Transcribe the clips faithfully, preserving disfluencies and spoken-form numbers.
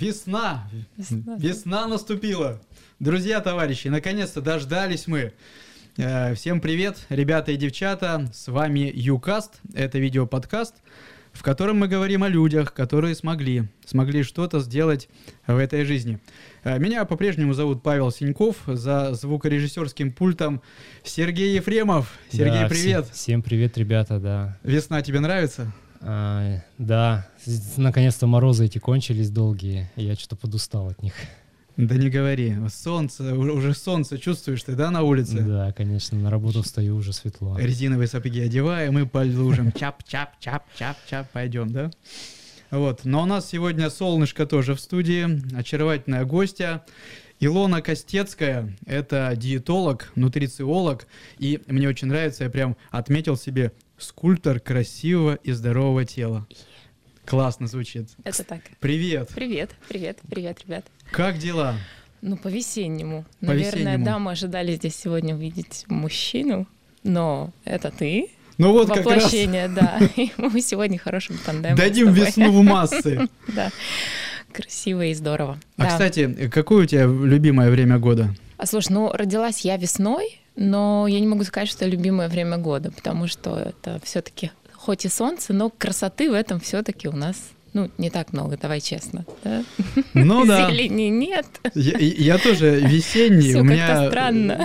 Весна! Весна. Весна наступила! Друзья, товарищи, наконец-то дождались мы! Всем привет, ребята и девчата! С вами YouCast, это видеоподкаст, в котором мы говорим о людях, которые смогли, смогли что-то сделать в этой жизни. Меня по-прежнему зовут Павел Синьков, за звукорежиссерским пультом Сергей Ефремов. Сергей, да, привет! Всем, всем привет, ребята, да. Весна тебе нравится? А, да, наконец-то морозы эти кончились долгие, и я что-то подустал от них. Да не говори, солнце, уже солнце чувствуешь ты, да, на улице? Да, конечно, на работу встаю, уже светло. Резиновые сапоги одеваем и по лужам чап-чап-чап-чап-чап пойдем, да? Вот, но у нас сегодня солнышко тоже в студии, очаровательная гостья. Илона Костецкая, это диетолог, нутрициолог, и мне очень нравится, я прям отметил себе скульптор красивого и здорового тела. Классно звучит. Это так. Привет. Привет, привет, привет, ребят. Как дела? Ну, по-весеннему. По Наверное, весеннему. да, мы ожидали здесь сегодня увидеть мужчину, но это ты. Ну вот как раз. Воплощение, да. И мы сегодня хорошим тандемом. Дадим с тобой. весну в массы. Да. Красиво и здорово. А, Да. кстати, какое у тебя любимое время года? А слушай, ну, родилась я весной, но я не могу сказать, что это любимое время года, потому что это все-таки хоть и солнце, но красоты в этом все-таки у нас, ну, не так много, давай честно. Да? Ну да. Зелени нет. Я, я тоже весенний, Все у как-то меня... странно.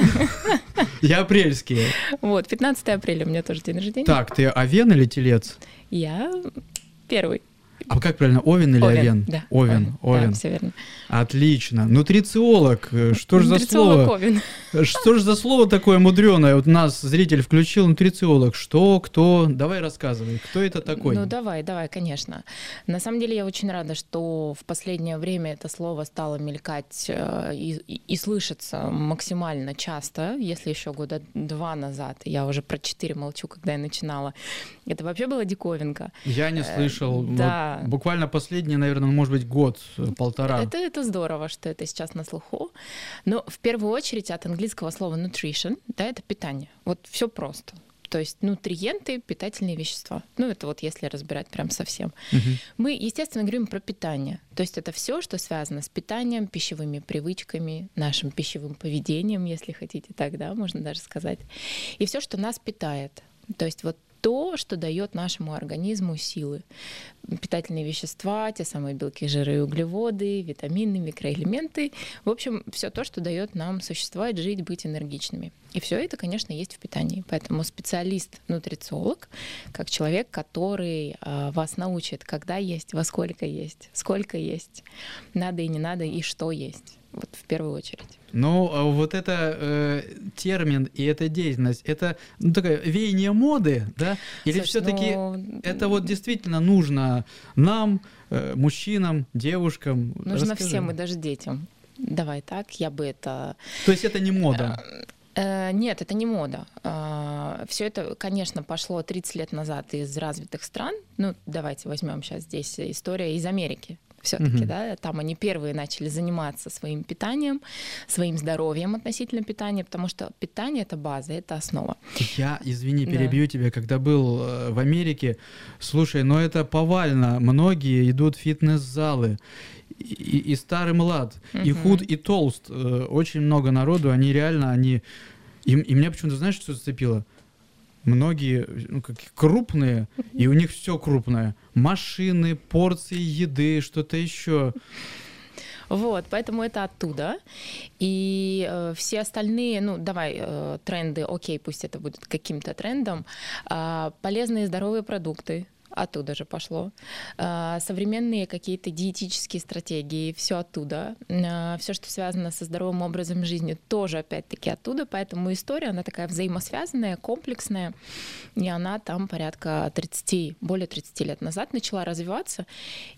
Я апрельский. Вот, пятнадцатое апреля у меня тоже день рождения. Так, ты овен или телец? Я первый. А как правильно, овен или овен? Да. Овен, овен. Да, все верно. Отлично. Нутрициолог, что ж за Нутрициолог слово? Овен. Что ж за слово такое мудреное? Вот нас зритель включил, нутрициолог. Что, кто? Давай рассказывай, кто это такой? Ну давай, давай, конечно. На самом деле я очень рада, что в последнее время это слово стало мелькать э, и, и, и слышаться максимально часто. Если еще года два назад, я уже про четыре молчу, когда я начинала, это вообще была диковинка. Я не слышал. Э, да. Вот буквально последний, наверное, может быть, год, полтора. Это, это здорово, что это сейчас на слуху. Но в первую очередь от английского слова nutrition, да, это питание. Вот все просто. То есть нутриенты, питательные вещества. Ну, это вот если разбирать прям совсем. Мгм. Мы, естественно, говорим про питание. То есть это все, что связано с питанием, пищевыми привычками, нашим пищевым поведением, если хотите так, да, можно даже сказать. И все, что нас питает. То есть вот то, что дает нашему организму силы. Питательные вещества, те самые белки, жиры и углеводы, витамины, микроэлементы. В общем, все то, что дает нам существовать, жить, быть энергичными. И все это, конечно, есть в питании. Поэтому специалист-нутрициолог, как человек, который э, вас научит, когда есть, во сколько есть, сколько есть, надо и не надо, и что есть. Вот в первую очередь. Ну, а вот это э, термин и эта деятельность, это ну, такое веяние моды, да? Или Слушай, все-таки ну, это вот действительно нужно нам, э, мужчинам, девушкам? нужно Расскажи. всем и даже детям. Давай так, я бы это... То есть это не мода? Э, Нет, это не мода. Все это, конечно, пошло тридцать лет назад из развитых стран. Ну, давайте возьмем сейчас здесь история из Америки. Все-таки, Мгм. да, там они первые начали заниматься своим питанием, своим здоровьем относительно питания, потому что питание — это база, это основа. Я, извини, Да. перебью тебя, когда был э, в Америке, слушай, ну это повально, многие идут в фитнес-залы, и, и старый млад, и Мгм. худ, и толст, э, очень много народу, они реально, они, и, и меня почему-то, знаешь, что зацепило? Многие ну, как, крупные, и у них все крупное. Машины, порции еды, что-то еще. Вот, поэтому это оттуда. И э, все остальные, ну, давай, э, тренды, окей, пусть это будет каким-то трендом. А, полезные здоровые продукты. Оттуда же пошло. А, современные какие-то диетические стратегии, все оттуда. А, все, что связано со здоровым образом жизни, тоже опять-таки оттуда. Поэтому история, она такая взаимосвязанная, комплексная. И она там порядка тридцати, более тридцати лет назад начала развиваться.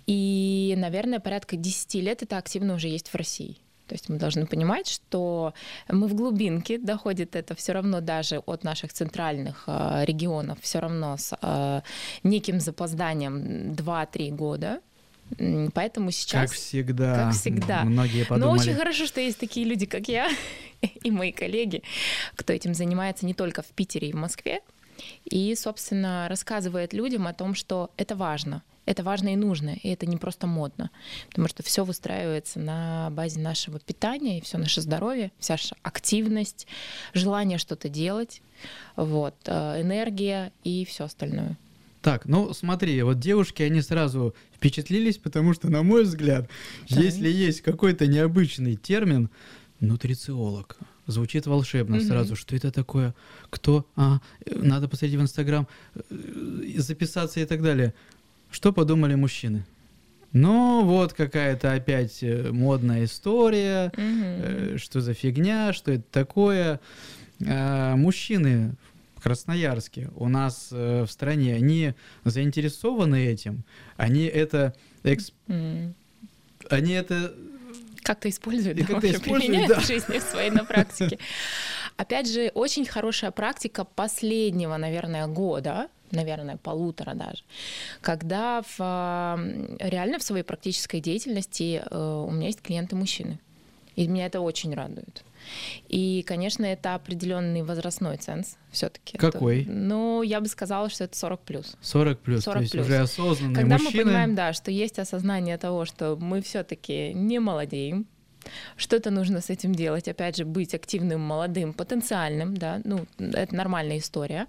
И, наверное, порядка десяти лет это активно уже есть в России. То есть мы должны понимать, что мы в глубинке, доходит это все равно даже от наших центральных э, регионов, все равно с э, неким запозданием два-три года. М, Поэтому сейчас... Как всегда. Как всегда. Многие Но подумали. очень хорошо, что есть такие люди, как я и мои коллеги, кто этим занимается не только в Питере и в Москве. и, собственно, рассказывает людям о том, что это важно. Это важно и нужно, и это не просто модно, потому что все выстраивается на базе нашего питания, и все наше здоровье, вся наша активность, желание что-то делать, вот, энергия и все остальное. Так, ну смотри, вот девушки, они сразу впечатлились, потому что, на мой взгляд, да. если есть какой-то необычный термин, нутрициолог, звучит волшебно mm-hmm. сразу, что это такое, кто, а, надо посмотреть в Инстаграм, записаться и так далее. Что подумали мужчины? Ну, вот какая-то опять модная история, mm-hmm. что за фигня, что это такое. А, мужчины в Красноярске у нас в стране, они заинтересованы этим, они это... Эксп... Mm-hmm. Они это... Как-то используют, и да, как-то используют, применяют да. в жизни в своей на практике. Опять же, очень хорошая практика последнего, наверное, года, наверное, полутора даже, когда в, реально в своей практической деятельности у меня есть клиенты-мужчины. И меня это очень радует. И, конечно, это определенный возрастной ценз все-таки. Какой? Это, ну, я бы сказала, что это сорок плюс. сорок плюс, то есть уже осознанные Когда мужчины. мы понимаем, да, что есть осознание того, что мы все-таки не молодеем, что-то нужно с этим делать, опять же, быть активным, молодым, потенциальным, да, ну, это нормальная история,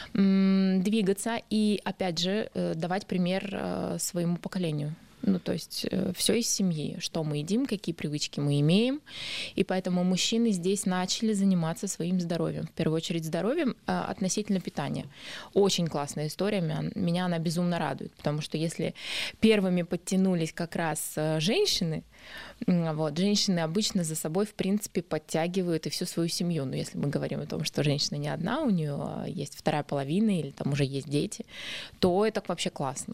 двигаться и, опять же, давать пример своему поколению. Ну, то есть все из семьи, что мы едим, какие привычки мы имеем. И поэтому мужчины здесь начали заниматься своим здоровьем. В первую очередь здоровьем относительно питания. Очень классная история, меня, меня она безумно радует, потому что если первыми подтянулись как раз женщины, вот, женщины обычно за собой, в принципе, подтягивают и всю свою семью. Но если мы говорим о том, что женщина не одна, у нее есть вторая половина или там уже есть дети, то это вообще классно.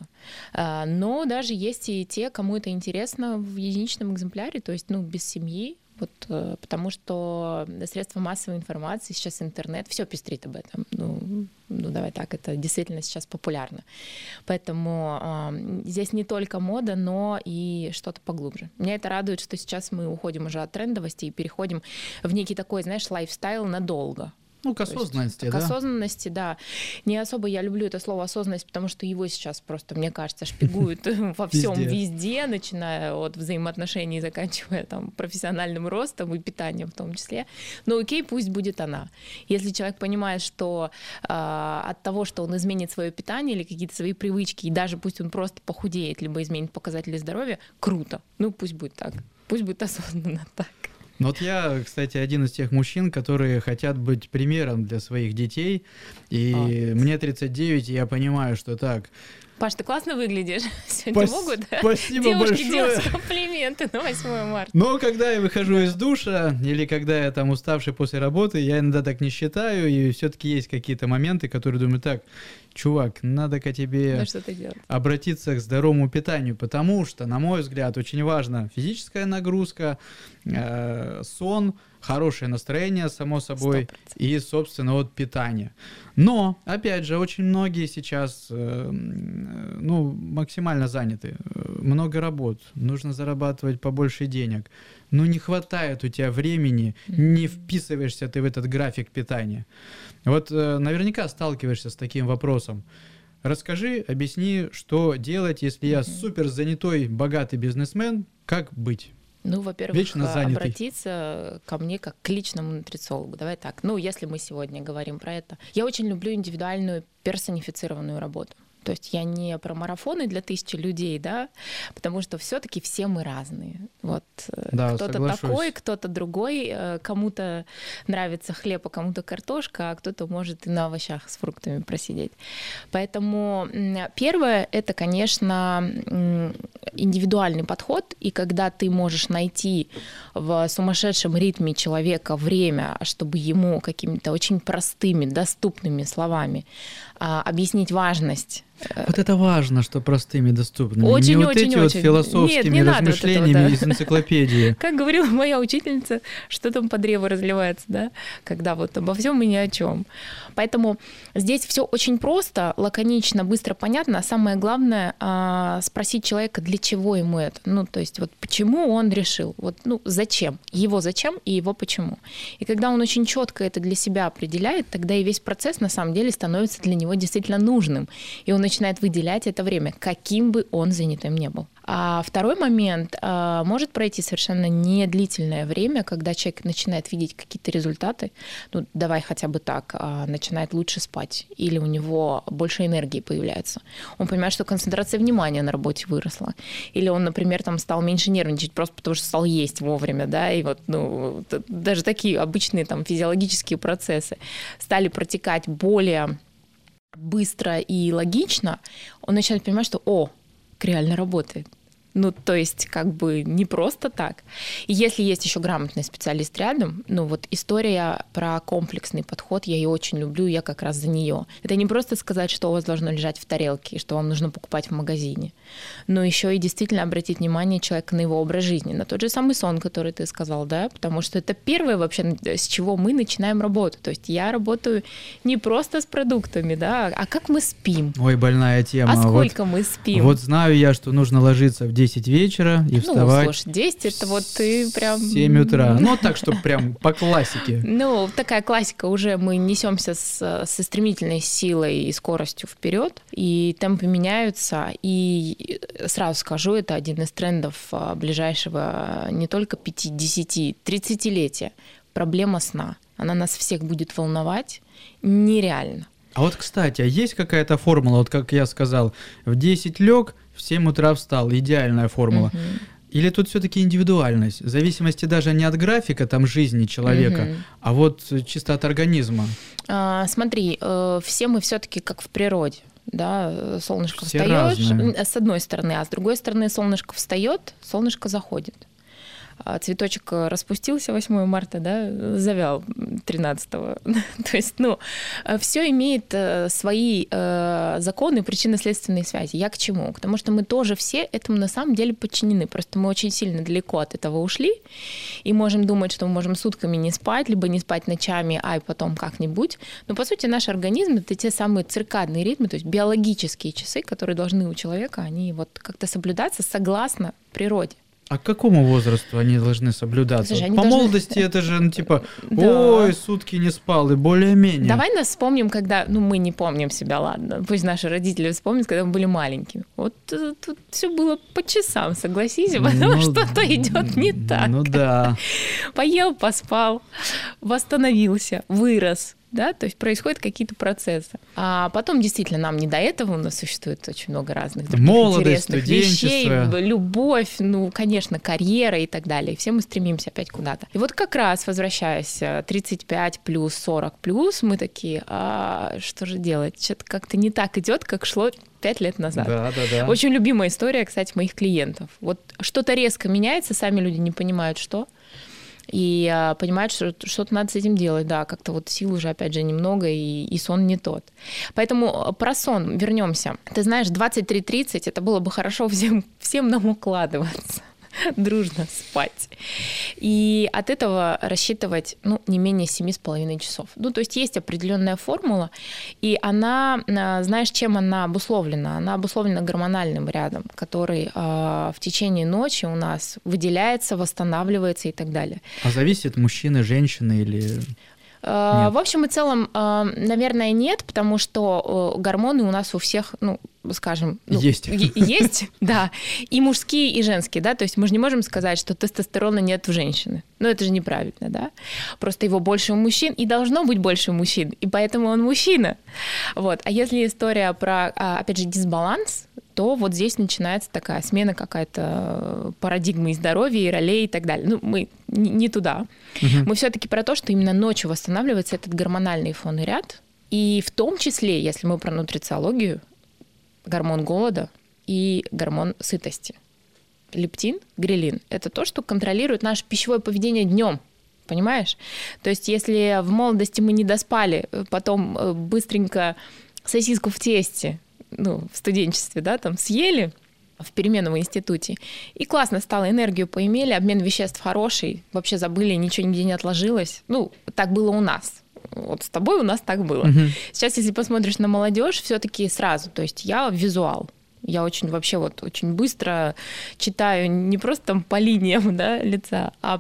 Но даже есть и те, кому это интересно в единичном экземпляре, то есть ну, без семьи. Вот, потому что средства массовой информации, сейчас интернет, все пестрит об этом. Ну, ну, давай так, это действительно сейчас популярно. Поэтому э, здесь не только мода, но и что-то поглубже. Меня это радует, что сейчас мы уходим уже от трендовости и переходим в некий такой, знаешь, лайфстайл надолго. Ну, к осознанности, да? К осознанности, да. Не особо я люблю это слово осознанность, потому что его сейчас просто, мне кажется, шпигуют во всем везде, начиная от взаимоотношений, заканчивая там профессиональным ростом и питанием в том числе. Но окей, пусть будет она. Если человек понимает, что э, от того, что он изменит свое питание или какие-то свои привычки, и даже пусть он просто похудеет, либо изменит показатели здоровья, круто. Ну, пусть будет так. Пусть будет осознанно так. Ну вот я, кстати, один из тех мужчин, которые хотят быть примером для своих детей. И а. мне тридцать девять, и я понимаю, что так... Паш, ты классно выглядишь. Сегодня Пас- могут спасибо девушки большое. делать комплименты на восьмое марта. Но когда я выхожу из душа, или когда я там уставший после работы, я иногда так не считаю, и все-таки есть какие-то моменты, которые думаю, так, чувак, надо-ка тебе да, что ты делаешь? Обратиться к здоровому питанию, потому что, на мой взгляд, очень важна физическая нагрузка, э, сон, хорошее настроение, само собой, сто процентов. И, собственно, вот питание. Но, опять же, очень многие сейчас э, ну, максимально заняты. Много работ, нужно зарабатывать побольше денег. Но не хватает у тебя времени, mm-hmm. не вписываешься ты в этот график питания. Вот э, наверняка сталкиваешься с таким вопросом. Расскажи, объясни, что делать, если я mm-hmm. супер занятой, богатый бизнесмен, как быть? Ну, во-первых, обратиться ко мне как к личному нутрициологу. Давай так. Ну, если мы сегодня говорим про это. Я очень люблю индивидуальную персонифицированную работу. То есть я не про марафоны для тысячи людей, да, потому что все-таки все мы разные. Вот да, кто-то соглашусь. Такой, кто-то другой, кому-то нравится хлеб, а кому-то картошка, а кто-то может и на овощах с фруктами просидеть. Поэтому первое — это, конечно, индивидуальный подход, и когда ты можешь найти в сумасшедшем ритме человека время, чтобы ему какими-то очень простыми, доступными словами объяснить важность. Вот это важно, что простыми, доступными. Очень, не очень, вот эти очень. вот философскими Нет, не размышлениями вот этого, да. из энциклопедии. Как говорила моя учительница, что там по древу разливается, да? Когда вот обо всем и ни о чем. Поэтому здесь все очень просто, лаконично, быстро, понятно. Самое главное — спросить человека, для чего ему это. Ну, то есть вот почему он решил, вот, ну, зачем, его зачем и его почему. И когда он очень четко это для себя определяет, тогда и весь процесс на самом деле становится для него него действительно нужным, и он начинает выделять это время, каким бы он занятым ни был. А второй момент, может пройти совершенно недлительное время, когда человек начинает видеть какие-то результаты, ну давай хотя бы так, начинает лучше спать, или у него больше энергии появляется. Он понимает, что концентрация внимания на работе выросла, или он, например, там стал меньше нервничать просто потому, что стал есть вовремя, да, и вот, ну, даже такие обычные там физиологические процессы стали протекать более быстро и логично, он начинает понимать, что, о, реально работает. Ну, то есть, как бы не просто так. И если есть еще грамотный специалист рядом, ну, вот история про комплексный подход, я ее очень люблю, я как раз за нее. Это не просто сказать, что у вас должно лежать в тарелке, и что вам нужно покупать в магазине, но еще и действительно обратить внимание человека на его образ жизни, на тот же самый сон, который ты сказал, да, потому что это первое вообще, с чего мы начинаем работу. То есть я работаю не просто с продуктами, да, а как мы спим. Ой, больная тема. А сколько вот, мы спим. Вот знаю я, что нужно ложиться в десять вечера и вставать. Ну, слушай, десять это вот ты прям... В семь утра. Ну, так, чтобы прям по классике. Ну, такая классика уже, мы несемся с, со стремительной силой и скоростью вперед, и темпы меняются, и сразу скажу, это один из трендов ближайшего не только пяти, десяти, тридцатилетия. Проблема сна. Она нас всех будет волновать нереально. А вот, кстати, а есть какая-то формула, вот как я сказал, в десять лег, в семь утра встал, идеальная формула. Uh-huh. Или тут все-таки индивидуальность, в зависимости даже не от графика там жизни человека, uh-huh. а вот чисто от организма? А, смотри, э, все мы все-таки как в природе. Да, солнышко все встаешь, разные. С одной стороны, а с другой стороны солнышко встает, солнышко заходит. Цветочек распустился восьмого марта, да, завял тринадцатого. То есть, ну, все имеет свои законы причинно-следственной связи. Я к чему? К тому, что мы тоже все этому на самом деле подчинены. Просто мы очень сильно далеко от этого ушли и можем думать, что мы можем сутками не спать, либо не спать ночами, а и потом как-нибудь. Но, по сути, наш организм — это те самые циркадные ритмы, то есть биологические часы, которые должны у человека, они вот как-то соблюдаться согласно природе. А к какому возрасту они должны соблюдаться? Слушай, они По должны... молодости это же, ну, типа, да. ой, сутки не спал, и более-менее. Давай нас вспомним, когда... Ну, мы не помним себя, ладно. Пусть наши родители вспомнят, когда мы были маленькими. Вот тут все было по часам, согласись, потому ну, что-то идет не так. Ну да. Поел, поспал, восстановился, вырос. Да, то есть происходят какие-то процессы. А потом действительно нам не до этого, у нас существует очень много разных молодость, интересных вещей, любовь, ну, конечно, карьера и так далее. И все мы стремимся опять куда-то. И вот как раз, возвращаясь тридцать пять плюс, сорок плюс, мы такие, а что же делать? Что-то как-то не так идет, как шло пять лет назад. Да, да, да. Очень любимая история, кстати, моих клиентов. Вот что-то резко меняется, сами люди не понимают, что. И а, понимают, что что-то надо с этим делать, да, как-то вот сил уже, опять же, немного, и, и сон не тот. Поэтому про сон вернемся. Ты знаешь, двадцать три тридцать это было бы хорошо всем, всем нам укладываться, дружно спать. И от этого рассчитывать, ну, не менее семи с половиной часов. Ну, то есть есть определенная формула, и она, знаешь, чем она обусловлена? Она обусловлена гормональным рядом, который э, в течение ночи у нас выделяется, восстанавливается и так далее. А зависит мужчины, женщины или... Нет. В общем и целом, наверное, нет, потому что гормоны у нас у всех, ну, скажем... Ну, есть. Есть, да. И мужские, и женские, да. То есть мы же не можем сказать, что тестостерона нет в женщины. Ну, это же неправильно, да. Просто его больше у мужчин, и должно быть больше у мужчин, и поэтому он мужчина. Вот. А если история про, опять же, дисбаланс, то вот здесь начинается такая смена какая-то парадигмы и здоровья, и ролей, и так далее. Ну, мы не туда. Угу. Мы все-таки про то, что именно ночью восстанавливается этот гормональный фонный ряд, и в том числе, если мы про нутрициологию, гормон голода и гормон сытости. Лептин, грелин – это то, что контролирует наше пищевое поведение днем. Понимаешь? То есть если в молодости мы не доспали, потом быстренько сосиску в тесте, ну, в студенчестве, да, там съели в перемену в институте, и классно стало, энергию поимели, обмен веществ хороший, вообще забыли, ничего нигде не отложилось. Ну, так было у нас. Вот с тобой у нас так было. Угу. Сейчас, если посмотришь на молодежь, все-таки сразу, то есть я визуал. Я очень вообще вот очень быстро читаю не просто там по линиям, да, лица, а по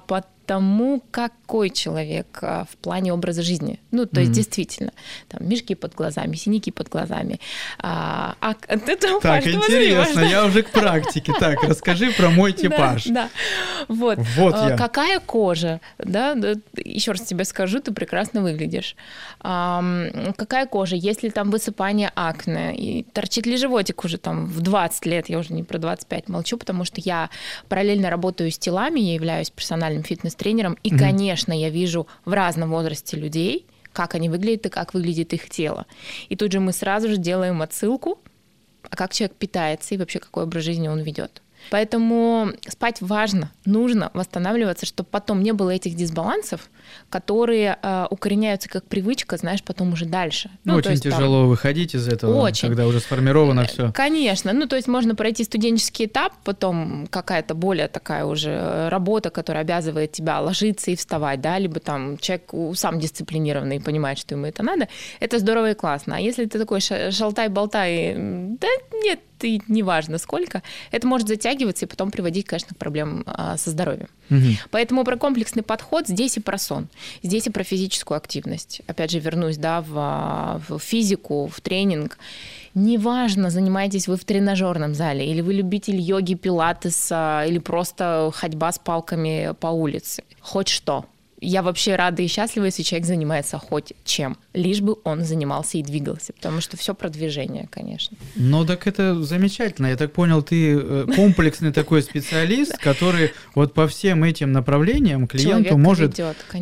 тому, какой человек а, в плане образа жизни. Ну, то mm-hmm. есть действительно, там мешки под глазами, синяки под глазами. А, а, это, так, Паш, интересно, я уже к практике. Так, расскажи про мой типаж. Да, да. Вот. Вот я. Какая кожа, да, еще раз тебе скажу, ты прекрасно выглядишь. А, какая кожа, есть ли там высыпание, акне, и торчит ли животик уже там в двадцать лет, я уже не про двадцать пять молчу, потому что я параллельно работаю с телами, я являюсь персональным фитнес-тренером, и, mm-hmm. конечно, я вижу в разном возрасте людей, как они выглядят и как выглядит их тело. И тут же мы сразу же делаем отсылку, а как человек питается и вообще какой образ жизни он ведет. Поэтому спать важно, нужно восстанавливаться, чтобы потом не было этих дисбалансов, которые э, укореняются как привычка, знаешь, потом уже дальше. Ну, очень есть, тяжело там... выходить из этого, очень. Когда уже сформировано все. Конечно. Ну, то есть можно пройти студенческий этап, потом какая-то более такая уже работа, которая обязывает тебя ложиться и вставать, да, либо там человек сам дисциплинированный и понимает, что ему это надо. Это здорово и классно. А если ты такой шалтай-болтай, да нет, и неважно сколько, это может затягиваться и потом приводить, конечно, к проблемам а, со здоровьем. Угу. Поэтому про комплексный подход здесь и про сон, здесь и про физическую активность. Опять же, вернусь, да, в, в физику, в тренинг. Неважно, занимаетесь вы в тренажерном зале, или вы любитель йоги, пилатеса, или просто ходьба с палками по улице. Хоть что. Я вообще рада и счастлива, если человек занимается хоть чем, лишь бы он занимался и двигался, потому что все про движение, конечно. Ну так это замечательно. Я так понял, ты комплексный такой специалист, который вот по всем этим направлениям клиенту может,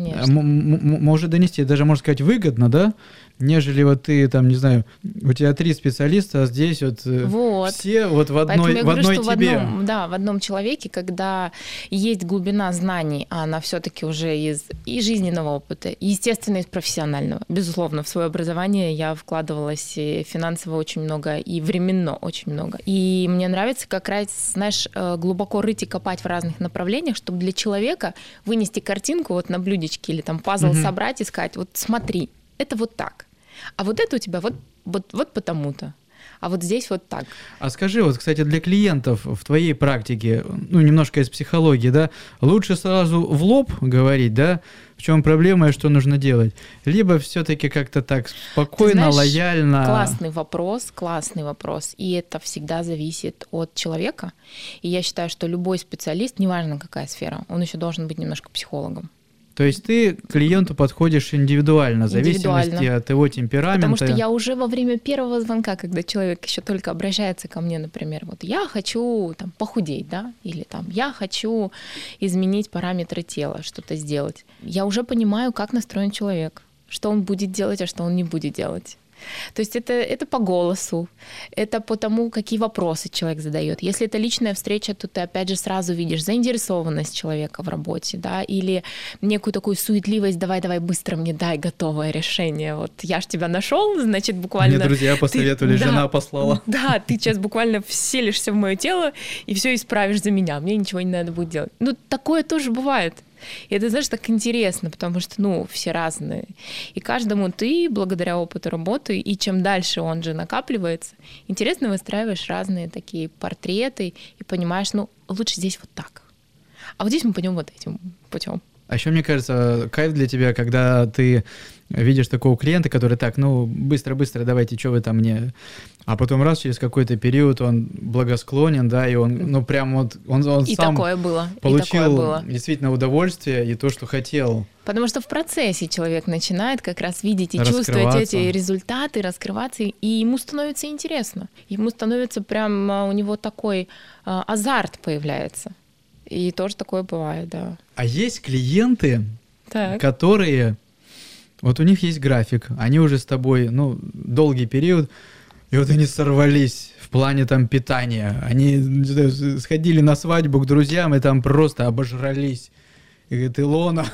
может донести, даже, можно сказать, выгодно, да? Нежели вот ты там, не знаю, у тебя три специалиста, а здесь вот, вот. все вот в одной, я в одной говорю, тебе. В одном, да, в одном человеке, когда есть глубина знаний, а она все-таки уже из и жизненного опыта, и, естественно, из профессионального. Безусловно, в свое образование я вкладывалась и финансово очень много, и временно очень много. И мне нравится как раз, знаешь, глубоко рыть и копать в разных направлениях, чтобы для человека вынести картинку вот на блюдечке или там пазл угу. собрать и сказать, вот смотри, это вот так. А вот это у тебя вот, вот, вот потому-то. А вот здесь вот так. А скажи, вот, кстати, для клиентов в твоей практике, ну, немножко из психологии, да, лучше сразу в лоб говорить, да, в чем проблема и что нужно делать? Либо все-таки как-то так спокойно, знаешь, лояльно? Классный вопрос, классный вопрос. И это всегда зависит от человека. И я считаю, что любой специалист, неважно какая сфера, он еще должен быть немножко психологом. То есть ты к клиенту подходишь индивидуально, в зависимости от его темперамента. Потому что я уже во время первого звонка, когда человек еще только обращается ко мне, например, вот я хочу там похудеть, да, или там я хочу изменить параметры тела, что-то сделать. Я уже понимаю, как настроен человек, что он будет делать, а что он не будет делать. То есть это, это по голосу, это по тому, какие вопросы человек задает. Если это личная встреча, то ты опять же сразу видишь заинтересованность человека в работе, да, или некую такую суетливость, давай-давай быстро мне дай готовое решение. Вот я ж тебя нашел, значит, буквально... Мне друзья посоветовали, ты, жена да, послала. Да, ты сейчас буквально вселишься в мое тело и все исправишь за меня, мне ничего не надо будет делать. Ну, такое тоже бывает. И это, знаешь, так интересно, потому что, ну, все разные. И каждому ты, благодаря опыту работы, и чем дальше он же накапливается, интересно выстраиваешь разные такие портреты и понимаешь, ну, лучше здесь вот так. А вот здесь мы пойдем вот этим путем. А еще, мне кажется, кайф для тебя, когда ты видишь такого клиента, который так, ну, быстро-быстро, давайте, что вы там мне... А потом раз, через какой-то период он благосклонен, да, и он, ну, прям вот, он, он и сам такое было, получил и такое было. Действительно удовольствие и то, что хотел. Потому что в процессе человек начинает как раз видеть и чувствовать эти результаты, раскрываться, и ему становится интересно. Ему становится прям, у него такой а, азарт появляется. И тоже такое бывает, да. А есть клиенты, так. которые... Вот у них есть график, они уже с тобой, ну, долгий период, и вот они сорвались в плане там питания. Они не знаю, сходили на свадьбу к друзьям и там просто обожрались. И говорит, Илона...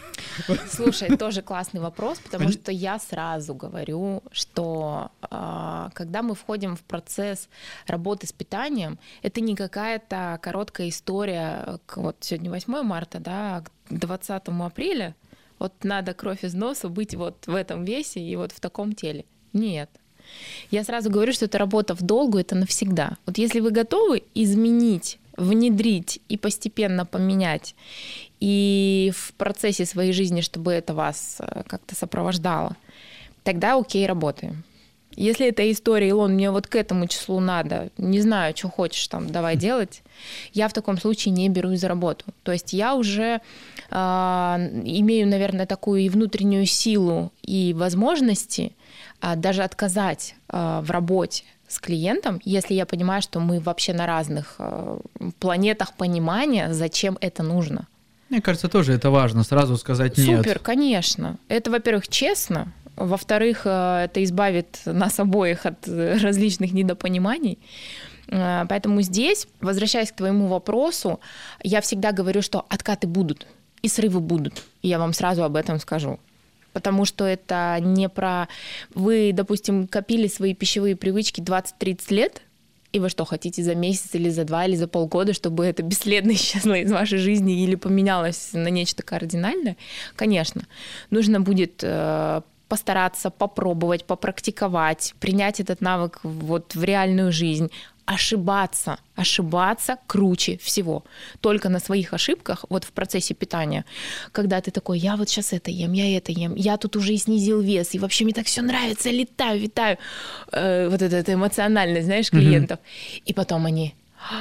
Слушай, тоже классный вопрос, потому что я сразу говорю, что э, когда мы входим в процесс работы с питанием, это не какая-то короткая история, вот сегодня восьмое марта, да, к двадцатому апреля, вот надо кровь из носа быть вот в этом весе и вот в таком теле. Нет. Я сразу говорю, что это работа в долгую, это навсегда. Вот если вы готовы изменить, внедрить и постепенно поменять, и в процессе своей жизни, чтобы это вас как-то сопровождало, тогда окей, работаем. Если это история, Илон, мне вот к этому числу надо, не знаю, что хочешь там, давай делать, я в таком случае не берусь за работу. То есть я уже э, имею, наверное, такую и внутреннюю силу и возможности э, даже отказать э, в работе с клиентом, если я понимаю, что мы вообще на разных э, планетах понимания, зачем это нужно. Мне кажется, тоже это важно, сразу сказать нет. Супер, конечно. Это, во-первых, честно. Во-вторых, это избавит нас обоих от различных недопониманий. Поэтому здесь, возвращаясь к твоему вопросу, я всегда говорю, что откаты будут и срывы будут. И я вам сразу об этом скажу. Потому что это не про... Вы, допустим, копили свои пищевые привычки двадцать-тридцать лет, и вы что, хотите за месяц или за два или за полгода, чтобы это бесследно исчезло из вашей жизни или поменялось на нечто кардинальное? Конечно. Нужно будет постараться, попробовать, попрактиковать, принять этот навык вот в реальную жизнь, ошибаться. Ошибаться круче всего. Только на своих ошибках, вот в процессе питания, когда ты такой, я вот сейчас это ем, я это ем, я тут уже и снизил вес, и вообще мне так все нравится, я летаю, витаю. Э, вот это, это эмоциональность, знаешь, клиентов. Mm-hmm. И потом они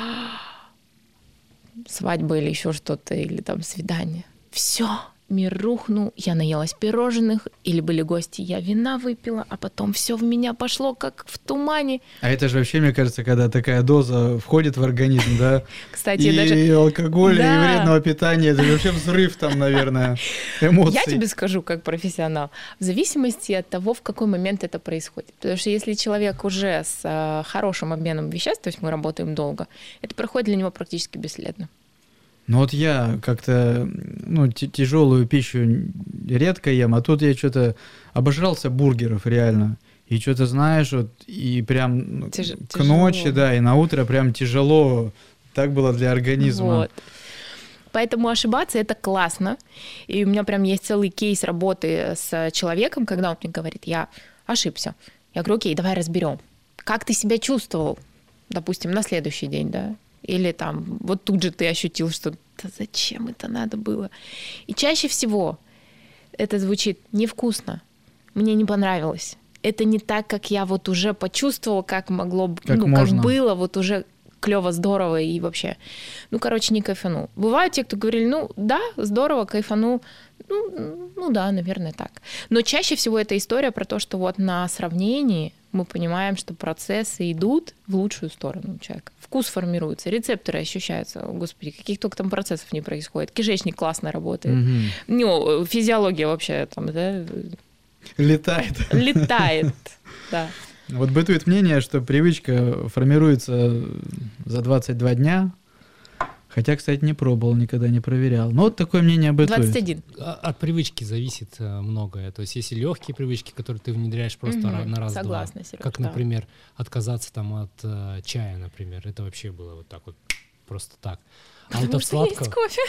свадьба или еще что-то, или там свидание. Все. Мир рухнул, я наелась пирожных, или были гости, я вина выпила, а потом все в меня пошло, как в тумане. А это же вообще, мне кажется, когда такая доза входит в организм, да? Кстати, и даже... алкоголя, да. и вредного питания, это вообще взрыв там, наверное, эмоций. Я тебе скажу, как профессионал, в зависимости от того, в какой момент это происходит. Потому что если человек уже с э, хорошим обменом веществ, то есть мы работаем долго, это проходит для него практически бесследно. Ну вот я как-то, ну, т- тяжелую пищу редко ем, а тут я что-то обожрался бургеров реально. И что-то, знаешь, вот, и прям Тяж- к тяжело. ночи, да, и на утро прям тяжело. Так было для организма. Вот. Поэтому ошибаться — это классно. И у меня прям есть целый кейс работы с человеком, когда он мне говорит, я ошибся. Я говорю, окей, давай разберем. Как ты себя чувствовал, допустим, на следующий день, да? Или там вот тут же ты ощутил, что да зачем это надо было. И чаще всего это звучит невкусно, мне не понравилось. Это не так, как я вот уже почувствовал, как могло бы, как ну, можно. как было, вот уже клево, здорово и вообще. Ну, короче, не кайфанул. Бывают те, кто говорили, ну да, здорово, кайфанул. Ну, ну да, наверное, так. Но чаще всего это история про то, что вот на сравнении мы понимаем, что процессы идут в лучшую сторону у человека. Вкус формируется, рецепторы ощущаются. Господи, каких только там процессов не происходит. Кишечник классно работает. Угу. Ну, физиология вообще там, да... Летает. Летает, да. Вот бытует мнение, что привычка формируется за двадцать два дня. Хотя, кстати, не пробовал, никогда не проверял. Но вот такое мнение бытует. двадцать один. От привычки зависит многое. То есть если легкие привычки, которые ты внедряешь просто угу. на раз-два. Согласна, Серёж, как, да. например, отказаться там от э, чая, например. Это вообще было вот так вот, просто так. А Потому вот от сладкого... есть кофе.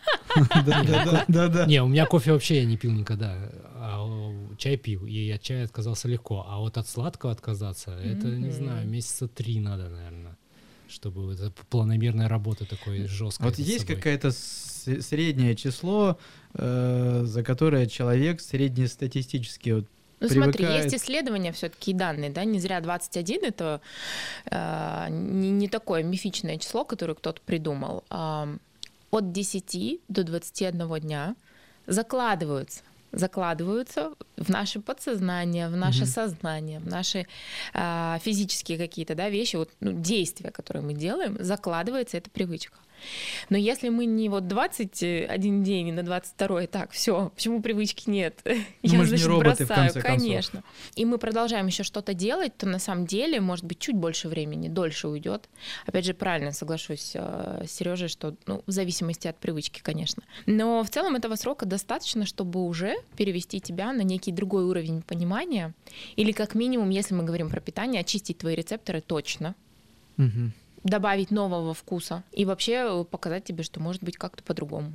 Да-да-да. Не, у меня кофе вообще я не пил никогда. Чай пил, и от чая отказался легко. А вот от сладкого отказаться, это, не знаю, месяца три надо, наверное. Чтобы это планомерная работа такой жесткой. Вот есть какое-то среднее число, э, за которое человек среднестатистически вот ну привыкает. Смотри, есть исследования все-таки и данные, да, не зря двадцать один это э, не, не такое мифичное число, которое кто-то придумал. Э, от десяти до двадцати одного дня закладываются закладываются в наше подсознание, в наше mm-hmm. сознание, в наши э, физические какие-то, да, вещи, вот, ну, действия, которые мы делаем, закладывается эта привычка. Но если мы не вот двадцать один день и на двадцать второй, так, все, почему привычки нет? Ну, я, мы значит, же не роботы, бросаю, в конце конечно. концов. И мы продолжаем еще что-то делать, то на самом деле, может быть, чуть больше времени, дольше уйдет. Опять же, правильно соглашусь э, с Сережей, что ну, в зависимости от привычки, конечно. Но в целом этого срока достаточно, чтобы уже перевести тебя на некий другой уровень понимания. Или как минимум, если мы говорим про питание, очистить твои рецепторы точно. Угу. Добавить нового вкуса и вообще показать тебе, что может быть как-то по-другому.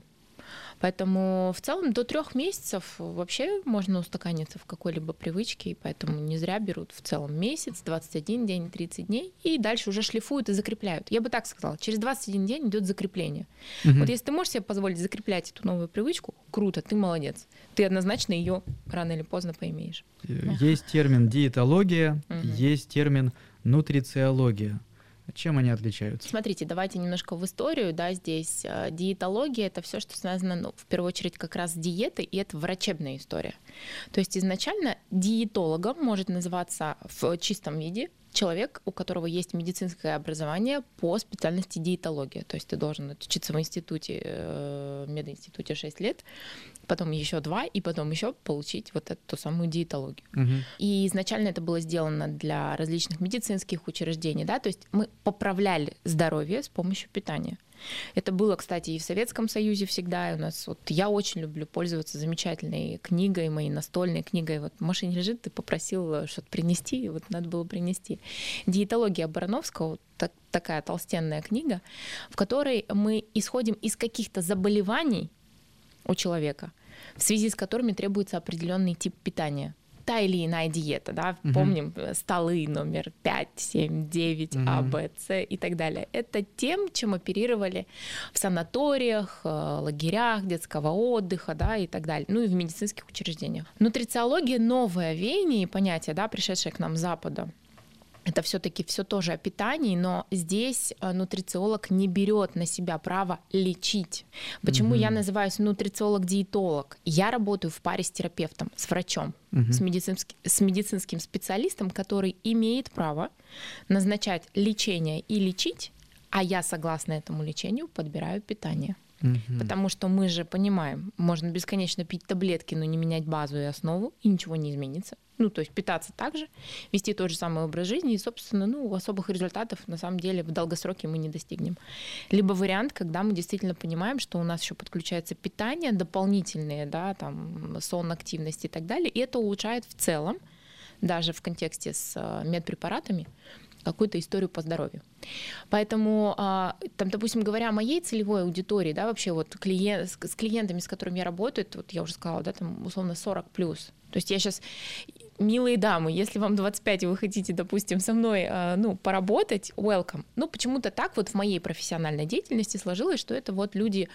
Поэтому в целом до трех месяцев вообще можно устаканиться в какой-либо привычке, и поэтому не зря берут в целом месяц, двадцать один день, тридцать дней, и дальше уже шлифуют и закрепляют. Я бы так сказала, через двадцать один день идет закрепление. Угу. Вот если ты можешь себе позволить закреплять эту новую привычку, круто, ты молодец. Ты однозначно ее рано или поздно поимеешь. Есть термин диетология, угу. есть термин нутрициология. Чем они отличаются? Смотрите, давайте немножко в историю. Да, здесь э, диетология — это все, что связано, ну, в первую очередь, как раз с диетой, и это врачебная история. То есть изначально диетологом может называться в чистом виде человек, у которого есть медицинское образование по специальности диетология. То есть ты должен отучиться в институте, э, в мединституте шесть лет, потом еще два, и потом еще получить вот эту самую диетологию. Угу. И изначально это было сделано для различных медицинских учреждений, да, то есть мы поправляли здоровье с помощью питания. Это было, кстати, и в Советском Союзе всегда. И у нас вот я очень люблю пользоваться замечательной книгой, моей настольной книгой. Вот в машине лежит, ты попросил что-то принести, и вот надо было принести. «Диетология» Барановского, вот так, такая толстенная книга, в которой мы исходим из каких-то заболеваний у человека, в связи с которыми требуется определенный тип питания. Та или иная диета, да, uh-huh. помним столы номер пять, семь, девять, uh-huh. А, Б, С и так далее. Это тем, чем оперировали в санаториях, лагерях детского отдыха, да, и так далее, ну и в медицинских учреждениях. Нутрициология — новое веяние и понятие, да, пришедшее к нам с Запада. Это все-таки все тоже о питании, но здесь нутрициолог не берет на себя право лечить. Почему mm-hmm. я называюсь нутрициолог-диетолог? Я работаю в паре с терапевтом, с врачом, mm-hmm. с, медицински, с медицинским специалистом, который имеет право назначать лечение и лечить, а я, согласно этому лечению, подбираю питание. Mm-hmm. Потому что мы же понимаем, можно бесконечно пить таблетки, но не менять базу и основу, и ничего не изменится. Ну, то есть питаться так же, вести тот же самый образ жизни, и, собственно, ну, особых результатов на самом деле в долгосроке мы не достигнем. Либо вариант, когда мы действительно понимаем, что у нас еще подключается питание, дополнительные, да, там, сон, активность и так далее, и это улучшает в целом, даже в контексте с медпрепаратами, какую-то историю по здоровью. Поэтому, там, допустим, говоря о моей целевой аудитории, да, вообще вот клиент, с клиентами, с которыми я работаю, вот я уже сказала, да, там условно сорок плюс. То есть я сейчас, милые дамы, если вам двадцать пять и вы хотите, допустим, со мной, ну, поработать, welcome. Ну, почему-то так вот в моей профессиональной деятельности сложилось, что это вот люди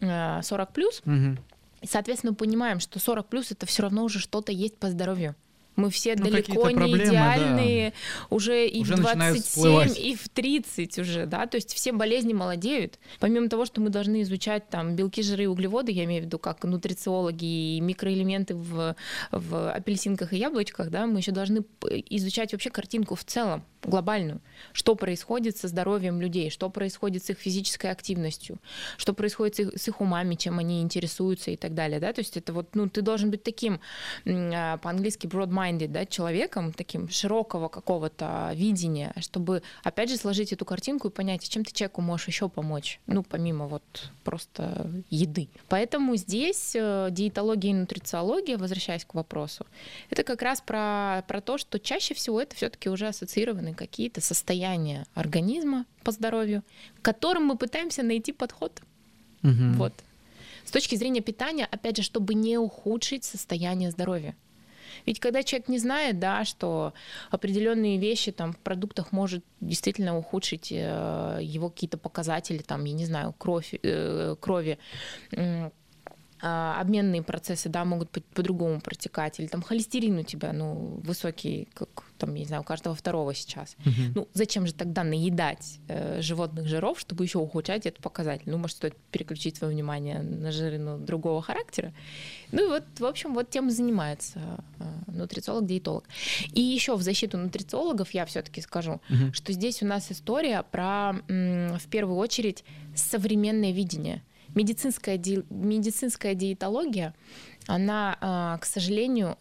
сорок плюс. Угу. И, соответственно, мы понимаем, что сорок плюс это все равно уже что-то есть по здоровью. Мы все ну, далеко не проблемы, идеальные, да. уже и уже в двадцать семь, и в тридцать уже, да, то есть все болезни молодеют. Помимо того, что мы должны изучать там белки, жиры и углеводы, я имею в виду как нутрициологи и микроэлементы в, в апельсинках и яблочках, да, мы еще должны изучать вообще картинку в целом, глобальную, что происходит со здоровьем людей, что происходит с их физической активностью, что происходит с их, с их умами, чем они интересуются и так далее, да, то есть это вот, ну, ты должен быть таким, по-английски broad-minded, да, человеком, таким широкого какого-то видения, чтобы, опять же, сложить эту картинку и понять, чем ты человеку можешь еще помочь, ну, помимо вот просто еды. Поэтому здесь диетология и нутрициология, возвращаясь к вопросу, это как раз про, про то, что чаще всего это все-таки уже ассоциированы какие-то состояния организма по здоровью, к которым мы пытаемся найти подход. Угу. Вот. С точки зрения питания, опять же, чтобы не ухудшить состояние здоровья. Ведь когда человек не знает, да, что определенные вещи там, в продуктах может действительно ухудшить э, его какие-то показатели, там, я не знаю, кровь, э, крови, э, обменные процессы, да, могут по-другому протекать, или там холестерин у тебя, ну, высокий, как там, я не знаю, у каждого второго сейчас. Uh-huh. Ну, зачем же тогда наедать э, животных жиров, чтобы еще ухудшать этот показатель? Ну, может, стоит переключить свое внимание на жиры, но другого характера. Ну, и вот, в общем, вот тем занимается э, нутрициолог-диетолог. И еще в защиту нутрициологов я все-таки скажу, uh-huh. что здесь у нас история про, м, в первую очередь, современное видение. Медицинская, ди... медицинская диетология, она, к сожалению,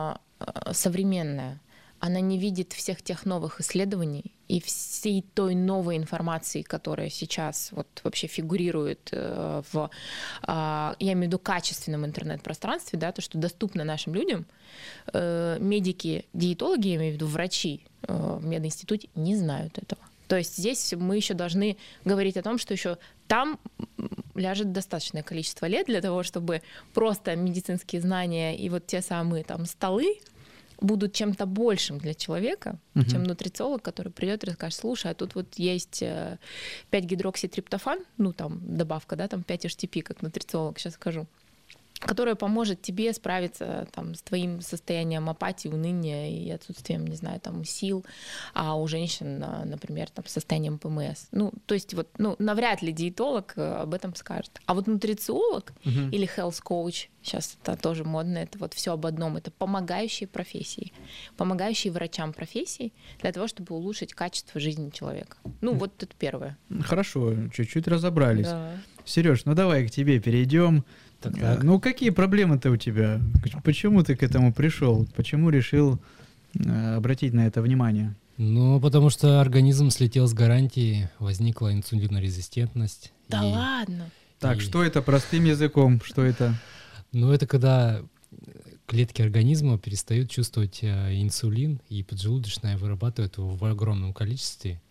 современная. Она не видит всех тех новых исследований и всей той новой информации, которая сейчас вот вообще фигурирует в, я имею в виду, качественном интернет-пространстве, да, то, что доступно нашим людям. Медики, диетологи, я имею в виду врачи в мединституте, не знают этого. То есть здесь мы еще должны говорить о том, что еще там ляжет достаточное количество лет для того, чтобы просто медицинские знания и вот те самые там столы будут чем-то большим для человека, uh-huh. чем нутрициолог, который придет и расскажет: слушай, а тут вот есть пять-гидрокситриптофан, ну там добавка, да, там пять эйч ти пи, как нутрициолог, сейчас скажу, которая поможет тебе справиться там, с твоим состоянием апатии, уныния и отсутствием, не знаю, там, сил, а у женщин, например, там, состоянием ПМС. Ну, то есть вот, ну, навряд ли диетолог об этом скажет. А вот нутрициолог uh-huh. или health coach, сейчас это тоже модно, это вот все об одном, это помогающие профессии, помогающие врачам профессии для того, чтобы улучшить качество жизни человека. Ну, вот это первое. Хорошо, чуть-чуть разобрались. Да. Сереж, ну давай к тебе перейдем. Так, так. Ну, какие проблемы-то у тебя? Почему ты к этому пришел? Почему решил э, обратить на это внимание? Ну, потому что организм слетел с гарантии, возникла инсулинорезистентность. Да и, ладно? Так, и... что это простым языком? Что это? Ну, это когда клетки организма перестают чувствовать э, инсулин, и поджелудочная вырабатывает его в огромном количестве.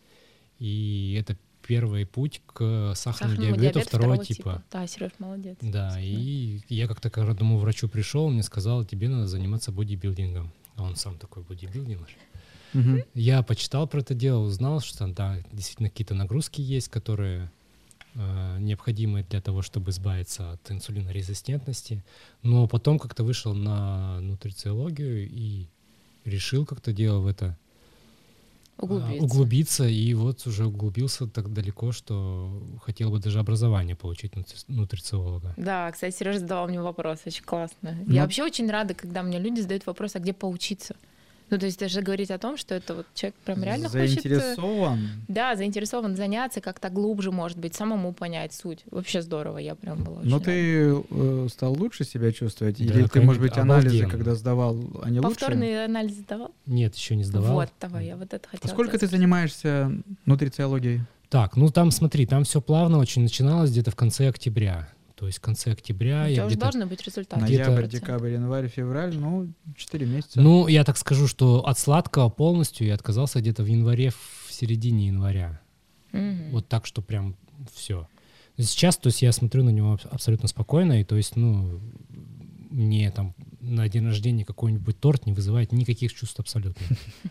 И это первый путь к сахарному, Сахарному диабету диабету второго, второго типа. типа. Да, Сереж, молодец. Да, и я как-то к родному врачу пришел, он мне сказал: тебе надо заниматься бодибилдингом. А он сам такой бодибилдинг. Угу. Я почитал про это дело, узнал, что да, действительно какие-то нагрузки есть, которые э, необходимы для того, чтобы избавиться от инсулинорезистентности. Но потом как-то вышел на нутрициологию и решил как-то дело в это Углубиться. углубиться, и вот уже углубился так далеко, что хотел бы даже образование получить нутри- нутрициолога. Да, кстати, Сережа задавал мне вопрос, очень классно. Ну, Я вообще очень рада, когда мне люди задают вопрос, а где поучиться? Ну, то есть даже говорить о том, что это вот человек прям реально хочет... Заинтересован. Да, заинтересован заняться, как-то глубже, может быть, самому понять суть. Вообще здорово, я прям была очень Но рада. ты э, стал лучше себя чувствовать? Да, Или ты, конечно, может быть, анализы, обалденно. когда сдавал, они лучше? Повторные анализы сдавал? Нет, еще не сдавал. Вот, давай, я вот это А хотела. сколько ты спросить. занимаешься нутрициологией? Так, ну там смотри, там все плавно очень начиналось где-то в конце октября. То есть в конце октября У я тебя уже где-то... должны быть результаты. Где-то- Ноябрь, декабрь, январь, февраль, ну, четыре месяца. Ну, я так скажу, что от сладкого полностью я отказался где-то в январе, в середине января. Мгм. Вот так, что прям все. Сейчас, то есть я смотрю на него аб- абсолютно спокойно, и то есть, ну, мне там на день рождения какой-нибудь торт не вызывает никаких чувств абсолютно.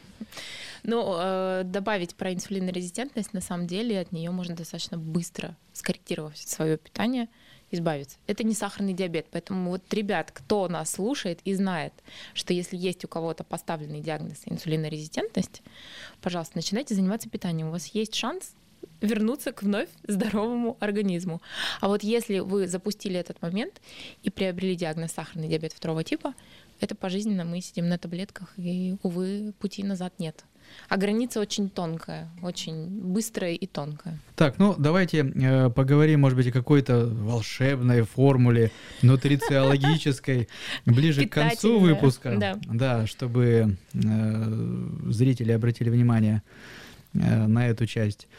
Ну, э, добавить про инсулинорезистентность, на самом деле от нее можно достаточно быстро, скорректировав свое питание, избавиться. Это не сахарный диабет, поэтому вот, ребят, кто нас слушает и знает, что если есть у кого-то поставленный диагноз инсулинорезистентность, пожалуйста, начинайте заниматься питанием. У вас есть шанс вернуться к вновь здоровому организму. А вот если вы запустили этот момент и приобрели диагноз сахарный диабет второго типа, это пожизненно мы сидим на таблетках, и, увы, пути назад нет. А граница очень тонкая, очень быстрая и тонкая. Так, ну давайте э, поговорим, может быть, о какой-то волшебной формуле нутрициологической ближе к концу Питательная, выпуска. да. Да, чтобы э, зрители обратили внимание э, на эту часть.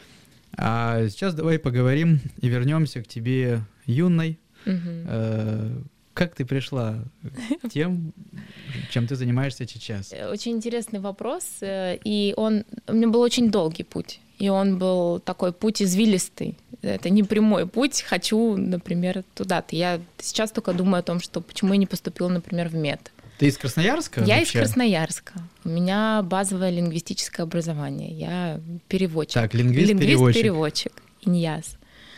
А сейчас давай поговорим и вернемся к тебе, юной. Мгм. Э, как ты пришла к тем, чем ты занимаешься сейчас? Очень интересный вопрос, э, и он у меня был очень долгий путь, и он был такой путь извилистый. Это не прямой путь. Хочу, например, туда-то. Я сейчас только думаю о том, что почему я не поступила, например, в мед. Ты из Красноярска? Я вообще? из Красноярска. У меня базовое лингвистическое образование. Я переводчик. Так, лингвист-переводчик. Лингвист-переводчик. Иньяс.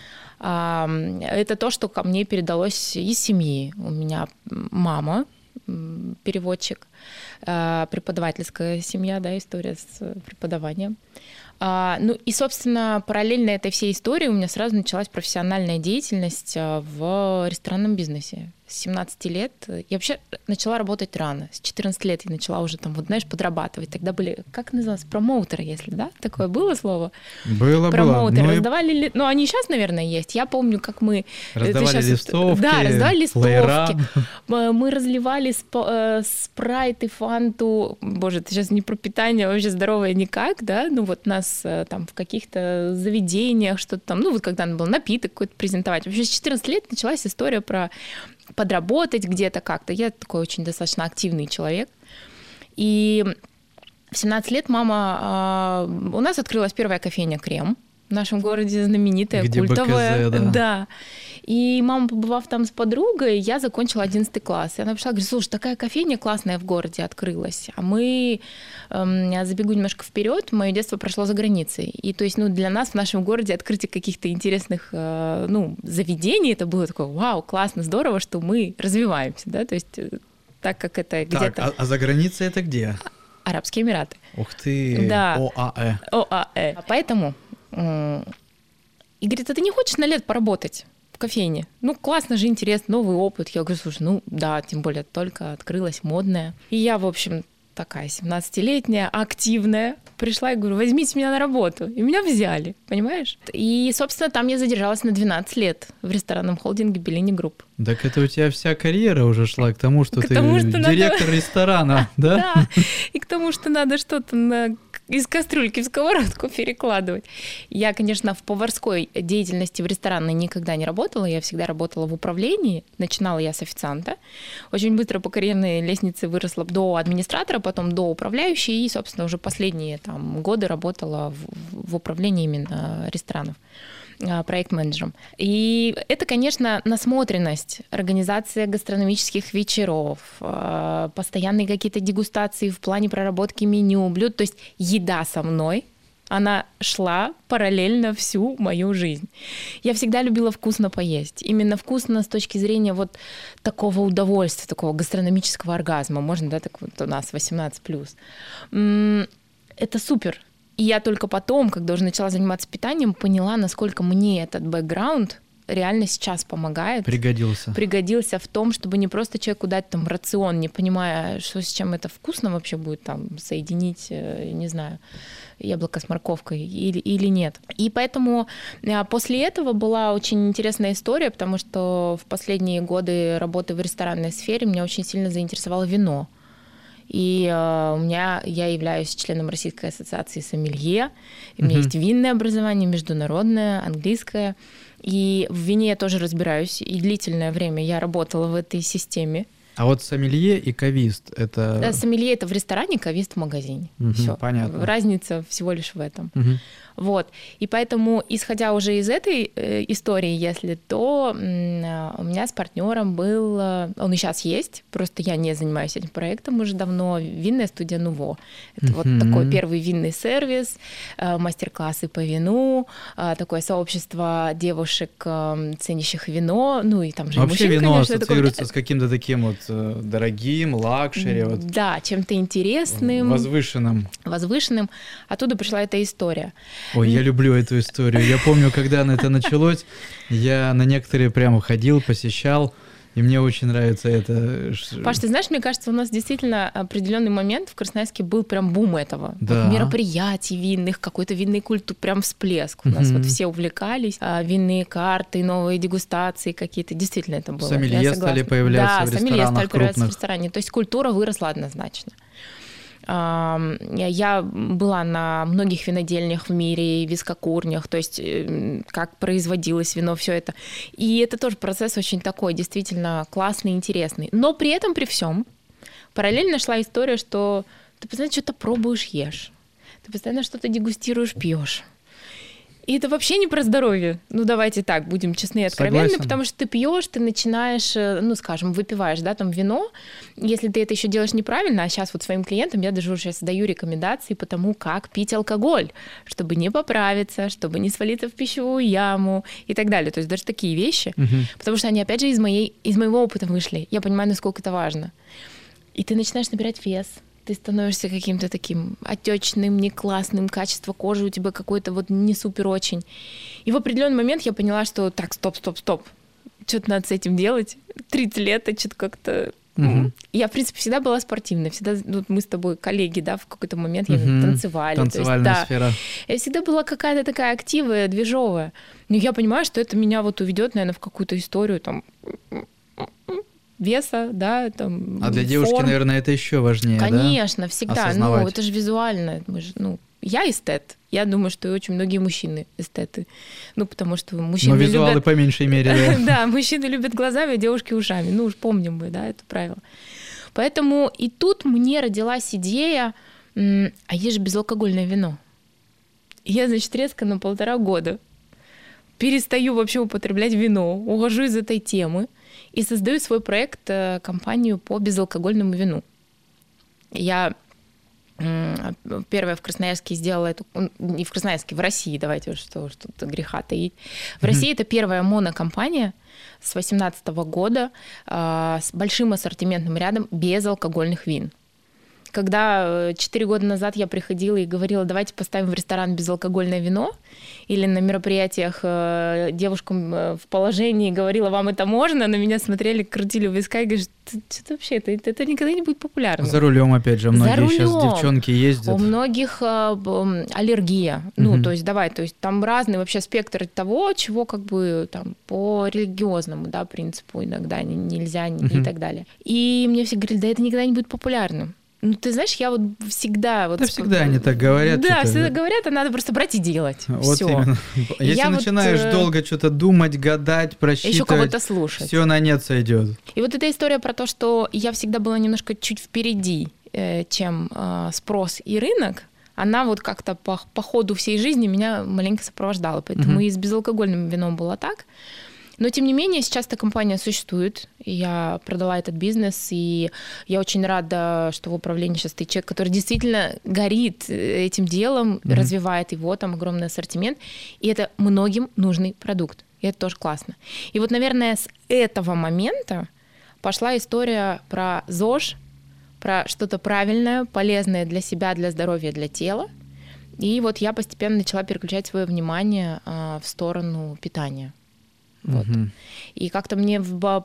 А, Это то, что ко мне передалось из семьи. У меня мама м, переводчик, а, преподавательская семья, да, история с преподаванием. А, Ну и, собственно, параллельно этой всей истории у меня сразу началась профессиональная деятельность а, в ресторанном бизнесе. С семнадцати лет я вообще начала работать рано. С четырнадцати лет я начала уже там, вот знаешь, подрабатывать. Тогда были, как называлось, промоутеры, если, да, такое было слово? Было, Промоутеры было. Ну и раздавали, ли- ну они сейчас, наверное, есть. Я помню, как мы... раздавали это щас- листовки, Да, раздавали листовки. флаера. Мы мы разливали спа- э, спрайт и фанту. Боже, это сейчас не про питание, вообще здоровое никак, да? Ну вот нас э, там в каких-то заведениях что-то там, ну вот когда надо было напиток какой-то презентовать. Вообще с четырнадцати лет началась история про подработать где-то как-то. Я такой очень достаточно активный человек. И в семнадцать лет мама... У нас открылась первая кофейня «Крем» в нашем городе, знаменитая, где культовая. БКЗ, да. Да. И мама, побывав там с подругой, я закончила одиннадцатый класс. И она пришла, говорит, слушай, такая кофейня классная в городе открылась. А мы, эм, я забегу немножко вперед, мое детство прошло за границей. И то есть, ну, для нас в нашем городе открытие каких-то интересных, э, ну, заведений, это было такое, вау, классно, здорово, что мы развиваемся, да, то есть так как это где-то... Так, а, а за границей это где? Арабские Эмираты. Ух ты, да. ОАЭ. ОАЭ. Поэтому, э, и говорит, а ты не хочешь на лет поработать в кофейне? Ну, классно же, интересно, новый опыт. Я говорю, слушай, ну да, тем более только открылась модная. И я, в общем, такая семнадцатилетняя, активная, пришла и говорю, возьмите меня на работу. И меня взяли, понимаешь? И, собственно, там я задержалась на двенадцать лет в ресторанном холдинге Беллини Групп. Так это у тебя вся карьера уже шла к тому, что к ты тому, что директор надо... ресторана, да? Да, и к тому, что надо что-то на... из кастрюльки в сковородку перекладывать. Я, конечно, в поварской деятельности в ресторанной никогда не работала, я всегда работала в управлении. Начинала я с официанта. Очень быстро по карьерной лестнице выросла до администратора, потом до управляющей, и, собственно, уже последние там, годы работала в, в управлении именно ресторанов проект-менеджером. И это, конечно, насмотренность, организация гастрономических вечеров, постоянные какие-то дегустации в плане проработки меню, блюд, то есть еда со мной, она шла параллельно всю мою жизнь. Я всегда любила вкусно поесть. Именно вкусно с точки зрения вот такого удовольствия, такого гастрономического оргазма. Можно, да, так вот у нас восемнадцать плюс. Это супер. И я только потом, когда уже начала заниматься питанием, поняла, насколько мне этот бэкграунд реально сейчас помогает. Пригодился. Пригодился в том, чтобы не просто человеку дать там рацион, не понимая, что с чем это вкусно вообще будет там соединить, не знаю, яблоко с морковкой или, или нет. И поэтому после этого была очень интересная история, потому что в последние годы работы в ресторанной сфере меня очень сильно заинтересовало вино. И э, у меня, я являюсь членом Российской ассоциации сомелье, у меня uh-huh. есть винное образование, международное, английское, и в вине я тоже разбираюсь, и длительное время я работала в этой системе. А вот сомелье и кавист — это... Да, сомелье — это в ресторане, кавист в магазине. Uh-huh, Всё. Понятно. Разница всего лишь в этом. Uh-huh. Вот. И поэтому, исходя уже из этой э, истории, если то, э, у меня с партнером был, э, он и сейчас есть, просто я не занимаюсь этим проектом уже давно, винная студия Нуво. Это uh-huh. вот такой первый винный сервис, э, мастер-классы по вину, э, такое сообщество девушек, э, ценящих вино, ну и там же вообще мужчин, вино конечно, ассоциируется такой... с каким-то таким вот э, дорогим, лакшери. Вот, да, чем-то интересным. Возвышенным. Возвышенным. Оттуда пришла эта история. Ой, я люблю эту историю. Я помню, когда это началось, я на некоторые прямо ходил, посещал, и мне очень нравится это. Паш, ты знаешь, мне кажется, у нас действительно определенный момент в Красноярске был прям бум этого. Да. Вот мероприятий винных, какой-то винной культуры, прям всплеск. У нас mm-hmm. вот все увлекались. Винные карты, новые дегустации какие-то. Действительно это было. Сомелье стали появляться да, в ресторанах сомелье стали появляться крупных. в ресторане. То есть культура выросла однозначно. Я была на многих винодельнях в мире, вискокурнях, то есть как производилось вино, все это. И это тоже процесс очень такой, действительно классный, интересный. Но при этом, при всем, параллельно шла история, что ты постоянно что-то пробуешь, ешь. Ты постоянно что-то дегустируешь, пьешь. И это вообще не про здоровье. Ну, давайте так, будем честны и откровенны, Согласен. потому что ты пьешь, ты начинаешь, ну, скажем, выпиваешь, да, там вино. Если ты это еще делаешь неправильно, а сейчас вот своим клиентам я даже уже сейчас даю рекомендации по тому, как пить алкоголь, чтобы не поправиться, чтобы не свалиться в пищевую яму и так далее. То есть даже такие вещи, Угу. потому что они, опять же, из, моей, из моего опыта вышли. Я понимаю, насколько это важно. И ты начинаешь набирать вес. Ты становишься каким-то таким отечным, не классным, качество кожи у тебя какое-то вот не супер очень. И в определенный момент я поняла, что так, стоп, стоп, стоп, что-то надо с этим делать. тридцать лет, это что-то как-то... Угу. Я, в принципе, всегда была спортивной. Всегда, ну, мы с тобой коллеги, да, в какой-то момент я угу. танцевали. Танцевальная то есть, сфера. Да, я всегда была какая-то такая активная, движовая. Но я понимаю, что это меня вот уведет, наверное, в какую-то историю там... веса, да, там. А для девушки, форм. наверное, это еще важнее, Конечно, да? всегда. Осознавать. Ну, это же визуально. Мы же, ну, я эстет. Я думаю, что и очень многие мужчины эстеты. Ну, потому что мужчины Но визуалы любят... по меньшей мере, да. Да, мужчины любят глазами, а девушки ушами. Ну, уж помним мы, да, это правило. Поэтому и тут мне родилась идея а есть же безалкогольное вино. И я, значит, резко на полтора года перестаю вообще употреблять вино, ухожу из этой темы и создаю свой проект, компанию по безалкогольному вину. Я первая в Красноярске сделала эту... Не в Красноярске, в России, давайте, что что-то греха таить. В mm-hmm. России это первая монокомпания с две тысячи восемнадцатого года с большим ассортиментным рядом безалкогольных вин. Когда четыре года назад я приходила и говорила, давайте поставим в ресторан безалкогольное вино, или на мероприятиях девушкам в положении говорила, вам это можно, на меня смотрели, крутили у виска и говорят, что вообще, это, это никогда не будет популярно. За рулем, опять же, многие сейчас девчонки ездят. У многих аллергия. Угу. Ну, то есть, давай, то есть там разный вообще спектр того, чего как бы там по религиозному, да, принципу иногда нельзя угу. и так далее. И мне все говорили, да это никогда не будет популярным. Ну, ты знаешь, я вот всегда... Вот да всегда они так говорят. Да, что-то. всегда говорят, а надо просто брать и делать. Вот всё. Именно. Если я начинаешь вот, долго что-то думать, гадать, просчитывать... Еще кого-то слушать. Все на нет сойдет. И вот эта история про то, что я всегда была немножко чуть впереди, э, чем э, спрос и рынок, она вот как-то по, по ходу всей жизни меня маленько сопровождала. Поэтому mm-hmm. и с безалкогольным вином было так. Но, тем не менее, сейчас эта компания существует. Я продала этот бизнес, и я очень рада, что в управлении сейчас стоит человек, который действительно горит этим делом, mm-hmm. развивает его, там огромный ассортимент. И это многим нужный продукт. И это тоже классно. И вот, наверное, с этого момента пошла история про ЗОЖ, про что-то правильное, полезное для себя, для здоровья, для тела. И вот я постепенно начала переключать свое внимание а, в сторону питания. Вот. Uh-huh. И как-то мне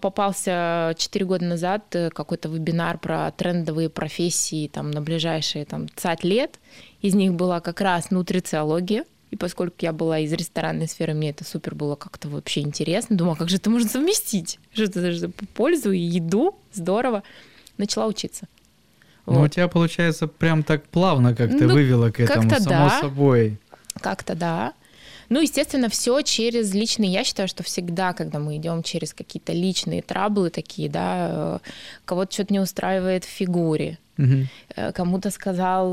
попался четыре года назад какой-то вебинар про трендовые профессии там, на ближайшие там, двадцать лет. Из них была как раз нутрициология. И поскольку я была из ресторанной сферы, мне это супер было как-то вообще интересно. Думала, как же это можно совместить? Что это даже пользу и еду? Здорово. Начала учиться. Ну, вот. У тебя, получается, прям так плавно как-то ну, вывела к этому, само да. собой. Как-то да. Ну, естественно, все через личные. Я считаю, что всегда, когда мы идем через какие-то личные траблы такие, да, кого-то что-то не устраивает в фигуре, угу. кому-то сказал,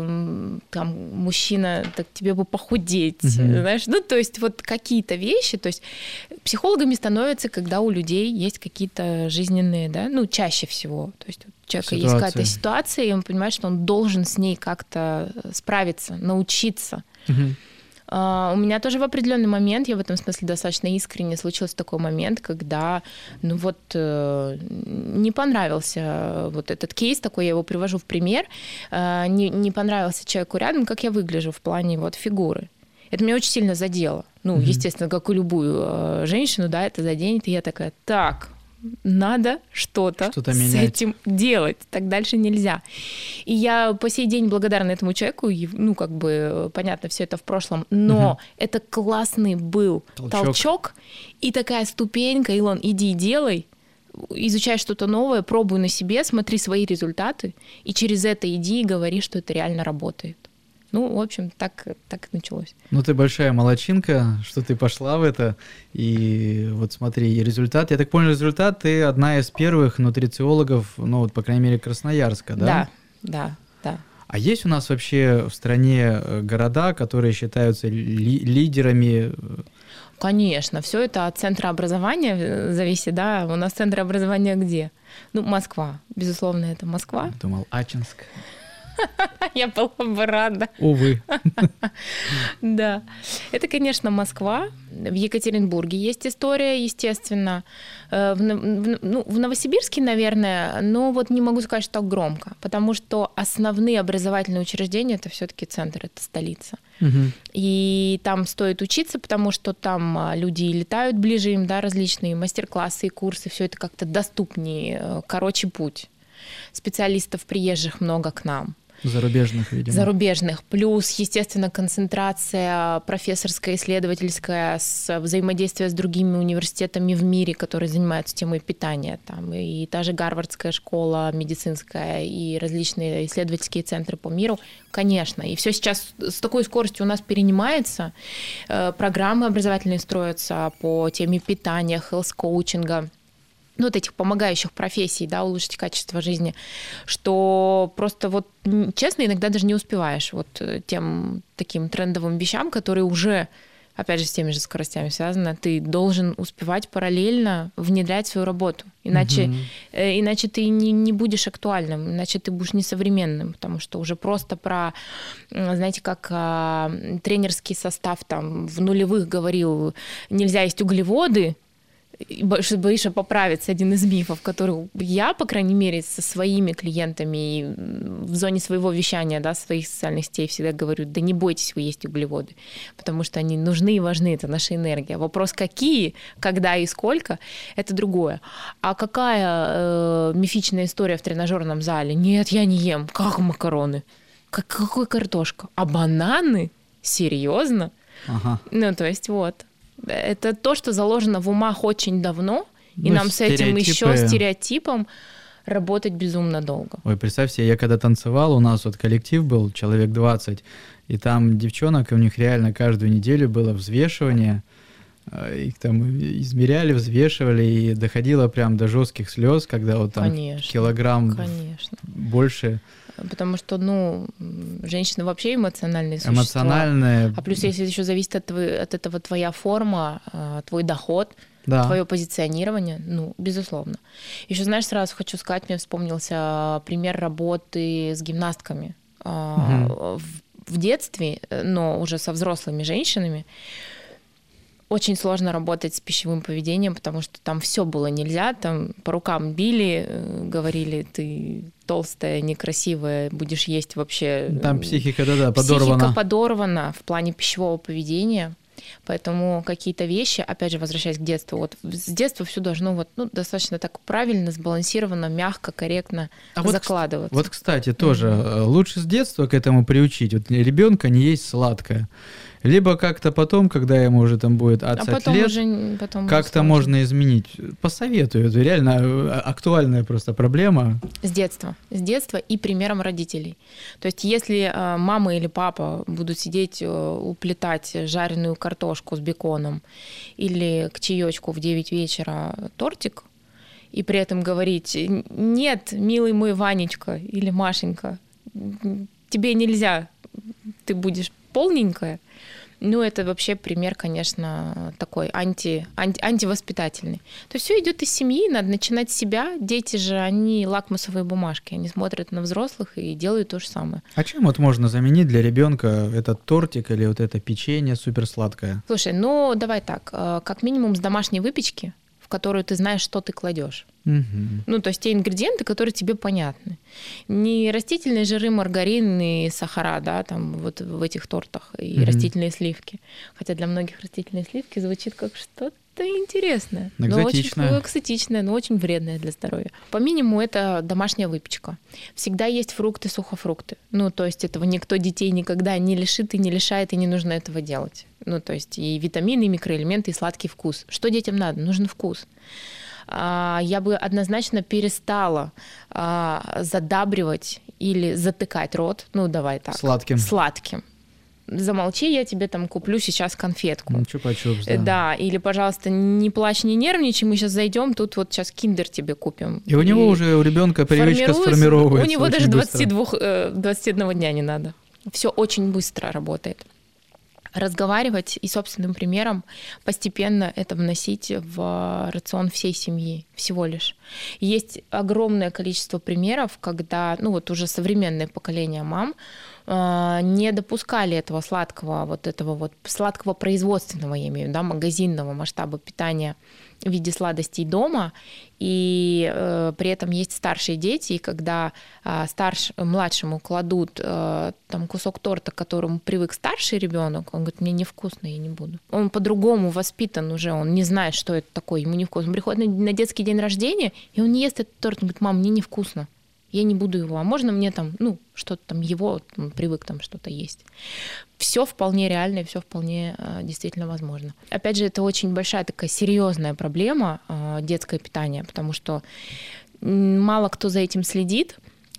там, мужчина, так тебе бы похудеть, угу. знаешь, ну, то есть вот какие-то вещи, то есть психологами становятся, когда у людей есть какие-то жизненные, да, ну, чаще всего, то есть у человека ситуация. Есть какая-то ситуация, и он понимает, что он должен с ней как-то справиться, научиться. Угу. Uh, у меня тоже в определенный момент, я в этом смысле достаточно искренне, случился такой момент, когда, ну вот, uh, не понравился вот этот кейс, такой я его привожу в пример, uh, не, не понравился человеку рядом, как я выгляжу в плане вот фигуры. Это меня очень сильно задело. Ну, mm-hmm. естественно, как и любую uh, женщину, да, это заденет, и я такая, так... Надо что-то, что-то с менять. Этим делать, так дальше нельзя. И я по сей день благодарна этому человеку, ну, как бы, понятно, все это в прошлом, но угу. это классный был толчок. толчок и такая ступенька, Илон, иди и делай, изучай что-то новое, пробуй на себе, смотри свои результаты, и через это иди и говори, что это реально работает. Ну, в общем, так, так и началось. Ну, ты большая молодчинка, что ты пошла в это. И вот смотри, результат. Я так понял, результат, ты одна из первых нутрициологов, ну, вот, по крайней мере, Красноярска, да? Да, да, да. А есть у нас вообще в стране города, которые считаются ли- лидерами? Конечно, все это от центра образования зависит, да. У нас центр образования где? Ну, Москва. Безусловно, это Москва. Я думал, Ачинск. Я была бы рада. Увы. Да. Это, конечно, Москва. В Екатеринбурге есть история, естественно. В, в, ну, в Новосибирске, наверное, но вот не могу сказать, что так громко, потому что основные образовательные учреждения — это все-таки центр, это столица. Угу. И там стоит учиться, потому что там люди летают ближе им, да, различные мастер-классы и курсы, все это как-то доступнее, короче путь. Специалистов приезжих много к нам. Зарубежных, видимо. Зарубежных. Плюс, естественно, концентрация профессорская, исследовательская, с взаимодействие с другими университетами в мире, которые занимаются темой питания. Там и та же Гарвардская школа медицинская, и различные исследовательские центры по миру. Конечно. И все сейчас с такой скоростью у нас перенимается. Программы образовательные строятся по теме питания, хелс-коучинга. ну, вот этих помогающих профессий, да, улучшить качество жизни, что просто вот, честно, иногда даже не успеваешь вот тем таким трендовым вещам, которые уже, опять же, с теми же скоростями связаны, ты должен успевать параллельно внедрять свою работу. Иначе, угу. э, иначе ты не, не будешь актуальным, иначе ты будешь несовременным, потому что уже просто про, знаете, как э, тренерский состав там в нулевых говорил, нельзя есть углеводы, боишься поправиться, один из мифов, который я, по крайней мере, со своими клиентами и в зоне своего вещания, да, своих социальных сетей всегда говорю, да не бойтесь вы есть углеводы, потому что они нужны и важны, это наша энергия. Вопрос какие, когда и сколько, это другое. А какая э, мифичная история в тренажерном зале? Нет, я не ем. Как макароны? Как, какой картошка? А бананы? Серьезно? Ага. Ну, то есть вот. Это то, что заложено в умах очень давно, и ну, нам с этим еще стереотипом работать безумно долго. Ой, представь себе, я когда танцевал, у нас вот коллектив был, человек двадцать, и там девчонок, и у них реально каждую неделю было взвешивание, их там измеряли, взвешивали, и доходило прям до жестких слез, когда вот там конечно, килограмм конечно. больше... Потому что, ну, женщины вообще эмоциональные существа. Эмоциональные. А плюс, если еще зависит от, твоей, от этого твоя форма, твой доход, да. твое позиционирование, ну, безусловно. Еще, знаешь, сразу хочу сказать, мне вспомнился пример работы с гимнастками. Угу. В, в детстве, но уже со взрослыми женщинами, очень сложно работать с пищевым поведением, потому что там все было нельзя, там по рукам били, говорили, ты толстая, некрасивая, будешь есть вообще... Там психика, да-да, подорвана. Психика подорвана в плане пищевого поведения, поэтому какие-то вещи, опять же, возвращаясь к детству, вот с детства все должно вот, ну, достаточно так правильно, сбалансированно, мягко, корректно а закладываться. Вот, вот, кстати, тоже mm-hmm. лучше с детства к этому приучить. Вот ребенка не есть сладкое. Либо как-то потом, когда ему уже там будет от а лет, уже, потом как-то можно изменить. Посоветую. Это реально актуальная просто проблема. С детства. С детства и примером родителей. То есть если э, мама или папа будут сидеть, э, уплетать жареную картошку с беконом или к чаечку в девять вечера тортик, и при этом говорить, нет, милый мой Ванечка или Машенька, тебе нельзя, ты будешь полненькая, ну, это вообще пример, конечно, такой анти, анти, антивоспитательный. То есть все идет из семьи, надо начинать с себя. Дети же, они лакмусовые бумажки, они смотрят на взрослых и делают то же самое. А чем вот можно заменить для ребенка этот тортик или вот это печенье суперсладкое? Слушай, ну, давай так, как минимум с домашней выпечки, в которую ты знаешь, что ты кладешь. Угу. Ну, то есть те ингредиенты, которые тебе понятны. Не растительные жиры, маргарин и сахара, да, там вот в этих тортах, и угу. растительные сливки. Хотя для многих растительные сливки звучит как что-то интересное. Экзотичное. Но очень экзотичное, но очень вредное для здоровья. По минимуму это домашняя выпечка. Всегда есть фрукты, сухофрукты. Ну, то есть этого никто детей никогда не лишит и не лишает, и не нужно этого делать. Ну, то есть и витамины, и микроэлементы, и сладкий вкус. Что детям надо? Нужен вкус. Я бы однозначно перестала задабривать или затыкать рот, ну давай так. Сладким. Сладким. Замолчи, я тебе там куплю сейчас конфетку. Ну, чупа-чупс, да. Да, или, пожалуйста, не плачь, не нервничай, мы сейчас зайдем, тут вот сейчас киндер тебе купим. И у него и уже у ребенка привычка сформировывается. У него даже двадцати двух, двадцати одного дня не надо. Все очень быстро работает. Разговаривать и собственным примером постепенно это вносить в рацион всей семьи, всего лишь. Есть огромное количество примеров, когда, ну вот уже современное поколение мам э, не допускали этого сладкого, вот этого вот сладкого производственного, я имею в виду, да, магазинного масштаба питания в виде сладостей дома, и э, при этом есть старшие дети, и когда э, старш, младшему кладут э, там кусок торта, к которому привык старший ребенок, он говорит, мне невкусно, я не буду. Он по-другому воспитан уже, он не знает, что это такое, ему невкусно. Он приходит на, на детский день рождения, и он не ест этот торт, он говорит, мам, мне невкусно. Я не буду его, а можно мне там, ну, что-то там его, он привык там что-то есть. Все вполне реально и все вполне э, действительно возможно. Опять же, это очень большая такая серьезная проблема, э, детское питание, потому что мало кто за этим следит.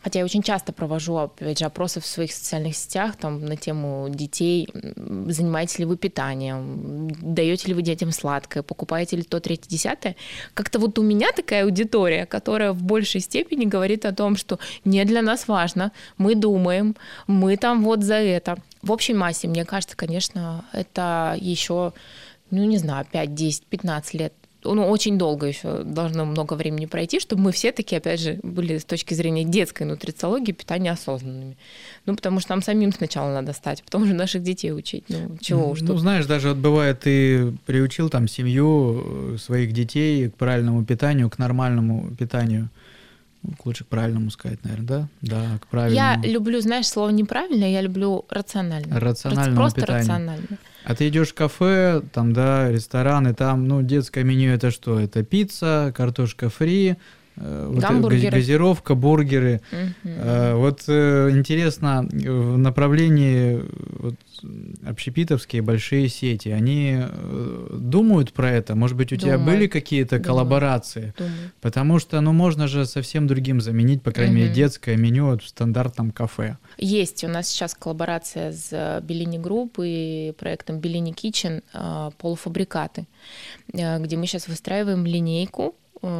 Хотя я очень часто провожу, опять же, опросы в своих социальных сетях там, на тему детей. Занимаетесь ли вы питанием? Даете ли вы детям сладкое? Покупаете ли то, третье, десятое? Как-то вот у меня такая аудитория, которая в большей степени говорит о том, что не для нас важно, мы думаем, мы там вот за это. В общей массе, мне кажется, конечно, это еще, ну не знаю, пять, десять, пятнадцать лет. Ну, очень долго еще должно много времени пройти, чтобы мы все таки, опять же, были с точки зрения детской нутрициологии питания осознанными. Ну, потому что нам самим сначала надо стать, потом уже наших детей учить. Ну, чего уж тут. Ну, знаешь, даже вот бывает, ты приучил там семью своих детей к правильному питанию, к нормальному питанию. Лучше к правильному сказать, наверное, да? Да, к правильному. Я люблю, знаешь, слово неправильно, я люблю рационально. Рациональное Просто питание. рационально. А ты идешь в кафе, там, да, рестораны, там, ну, детское меню это что? Это пицца, картошка фри, э, гамбургеры, газировка, бургеры. Угу. Э, вот э, интересно, в направлении вот, общепитовские большие сети, они э, думают про это? Может быть, у Думаю. тебя были какие-то Думаю. коллаборации? Думаю. Потому что, ну, можно же совсем другим заменить, по крайней Угу. мере, детское меню вот в стандартном кафе. Есть у нас сейчас коллаборация с Bellini Group и проектом Bellini Kitchen полуфабрикаты, где мы сейчас выстраиваем линейку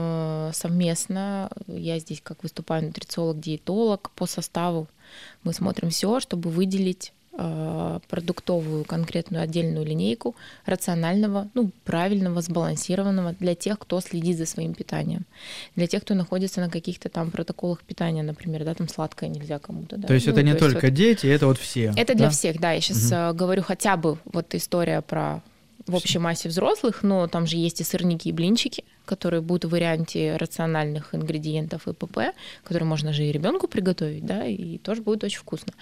совместно. Я здесь как выступаю нутрициолог-диетолог по составу. Мы смотрим все, чтобы выделить продуктовую конкретную отдельную линейку рационального, ну, правильного, сбалансированного для тех, кто следит за своим питанием, для тех, кто находится на каких-то там протоколах питания, например, да, там сладкое нельзя кому-то. Да? То есть ну, это не то только вот дети, это вот все. это да? для всех, да. Я сейчас Угу. говорю хотя бы вот история про в общей массе взрослых, но там же есть и сырники, и блинчики, которые будут в варианте рациональных ингредиентов и ПП, которые можно же и ребенку приготовить, да, и тоже будет очень вкусно.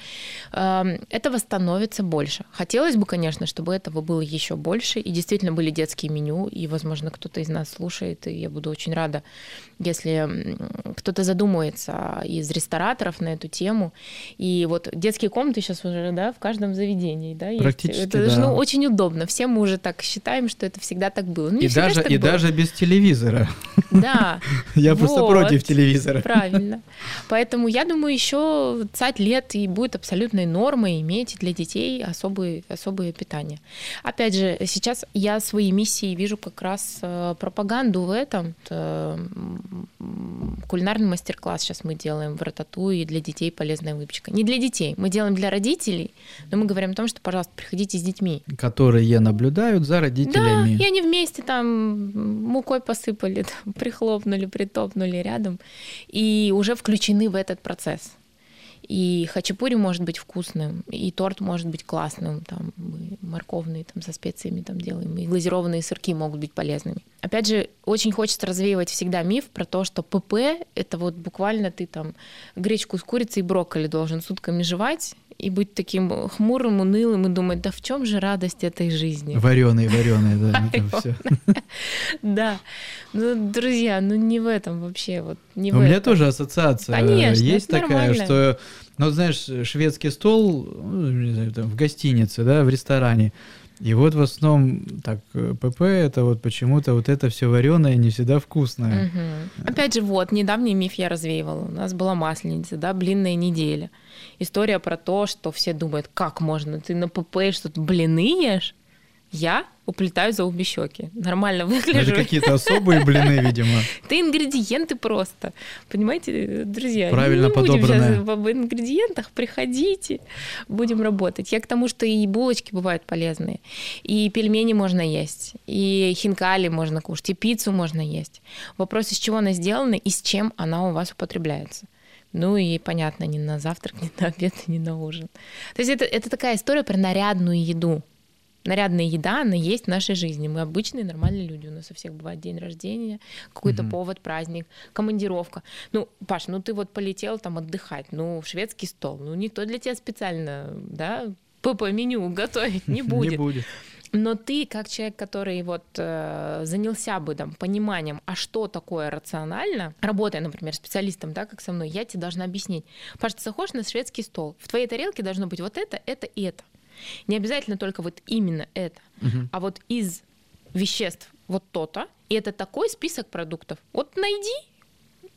Этого становится больше. Хотелось бы, конечно, чтобы этого было еще больше, и действительно были детские меню, и, возможно, кто-то из нас слушает, и я буду очень рада, если кто-то задумается из рестораторов на эту тему. И вот детские комнаты сейчас уже, да, в каждом заведении, да, есть. Практически, это да. же, ну, очень удобно. Все мы уже так считаем, что это всегда так было. Ну, не И, всегда даже, же так и было. даже без телевизора. Да. Я просто Вот. против телевизора. Правильно. Поэтому я думаю, еще двадцать лет и будет абсолютной нормой иметь для детей особые, особые питания. Опять же, сейчас я своей миссией вижу как раз пропаганду в этом. Кулинарный мастер-класс сейчас мы делаем в Рататуе для детей полезная выпечка. Не для детей, мы делаем для родителей, но мы говорим о том, что, пожалуйста, приходите с детьми. Которые наблюдают за родителями. Да, и они вместе там мукой посыпали, там, прихлопнули, притопнули рядом и уже включены в этот процесс. И хачапури может быть вкусным, и торт может быть классным, там, мы морковные там, со специями там, делаем, и глазированные сырки могут быть полезными. Опять же, очень хочется развеивать всегда миф про то, что ПП — это вот буквально ты там гречку с курицей и брокколи должен сутками жевать и быть таким хмурым, унылым и думать, да в чем же радость этой жизни? Вареные, вареные, да. это всё. Да. Ну, друзья, ну не в этом вообще. Вот, не У в меня этом. тоже ассоциация Конечно, есть это такая, нормально. что, ну, знаешь, шведский стол, ну, не знаю, там, в гостинице, да, в ресторане, и вот в основном так ПП это вот почему-то вот это все вареное не всегда вкусное. Мгм. Опять же, вот, недавний миф я развеивала. У нас была масленица, да, блинная неделя. История про то, что все думают, как можно, ты на ПП что-то блины ешь? Я уплетаю за обе щеки. Нормально Это выгляжу. какие-то особые блины, видимо. Это ингредиенты просто. Понимаете, друзья? Правильно не будем подобранное. сейчас об ингредиентах. Приходите, будем работать. Я к тому, что и булочки бывают полезные, и пельмени можно есть, и хинкали можно кушать, и пиццу можно есть. Вопрос, из чего она сделана и с чем она у вас употребляется. Ну и, понятно, не на завтрак, не на обед, не на ужин. То есть это, это такая история про нарядную еду. Нарядная еда, она есть в нашей жизни. Мы обычные, нормальные люди. У нас у всех бывает день рождения, какой-то Мгм. повод, праздник, командировка. Ну, Паш, ну ты вот полетел там отдыхать, ну, в шведский стол. Ну, никто для тебя специально, да, ПП-меню готовить не будет. Не будет. Но ты, как человек, который вот э, занялся бы там пониманием, а что такое рационально, работая, например, специалистом, да, как со мной, я тебе должна объяснить. Паш, ты заходишь на шведский стол, в твоей тарелке должно быть вот это, это и это. Не обязательно только вот именно это, Мгм. а вот из веществ вот то-то, и это такой список продуктов. Вот найди,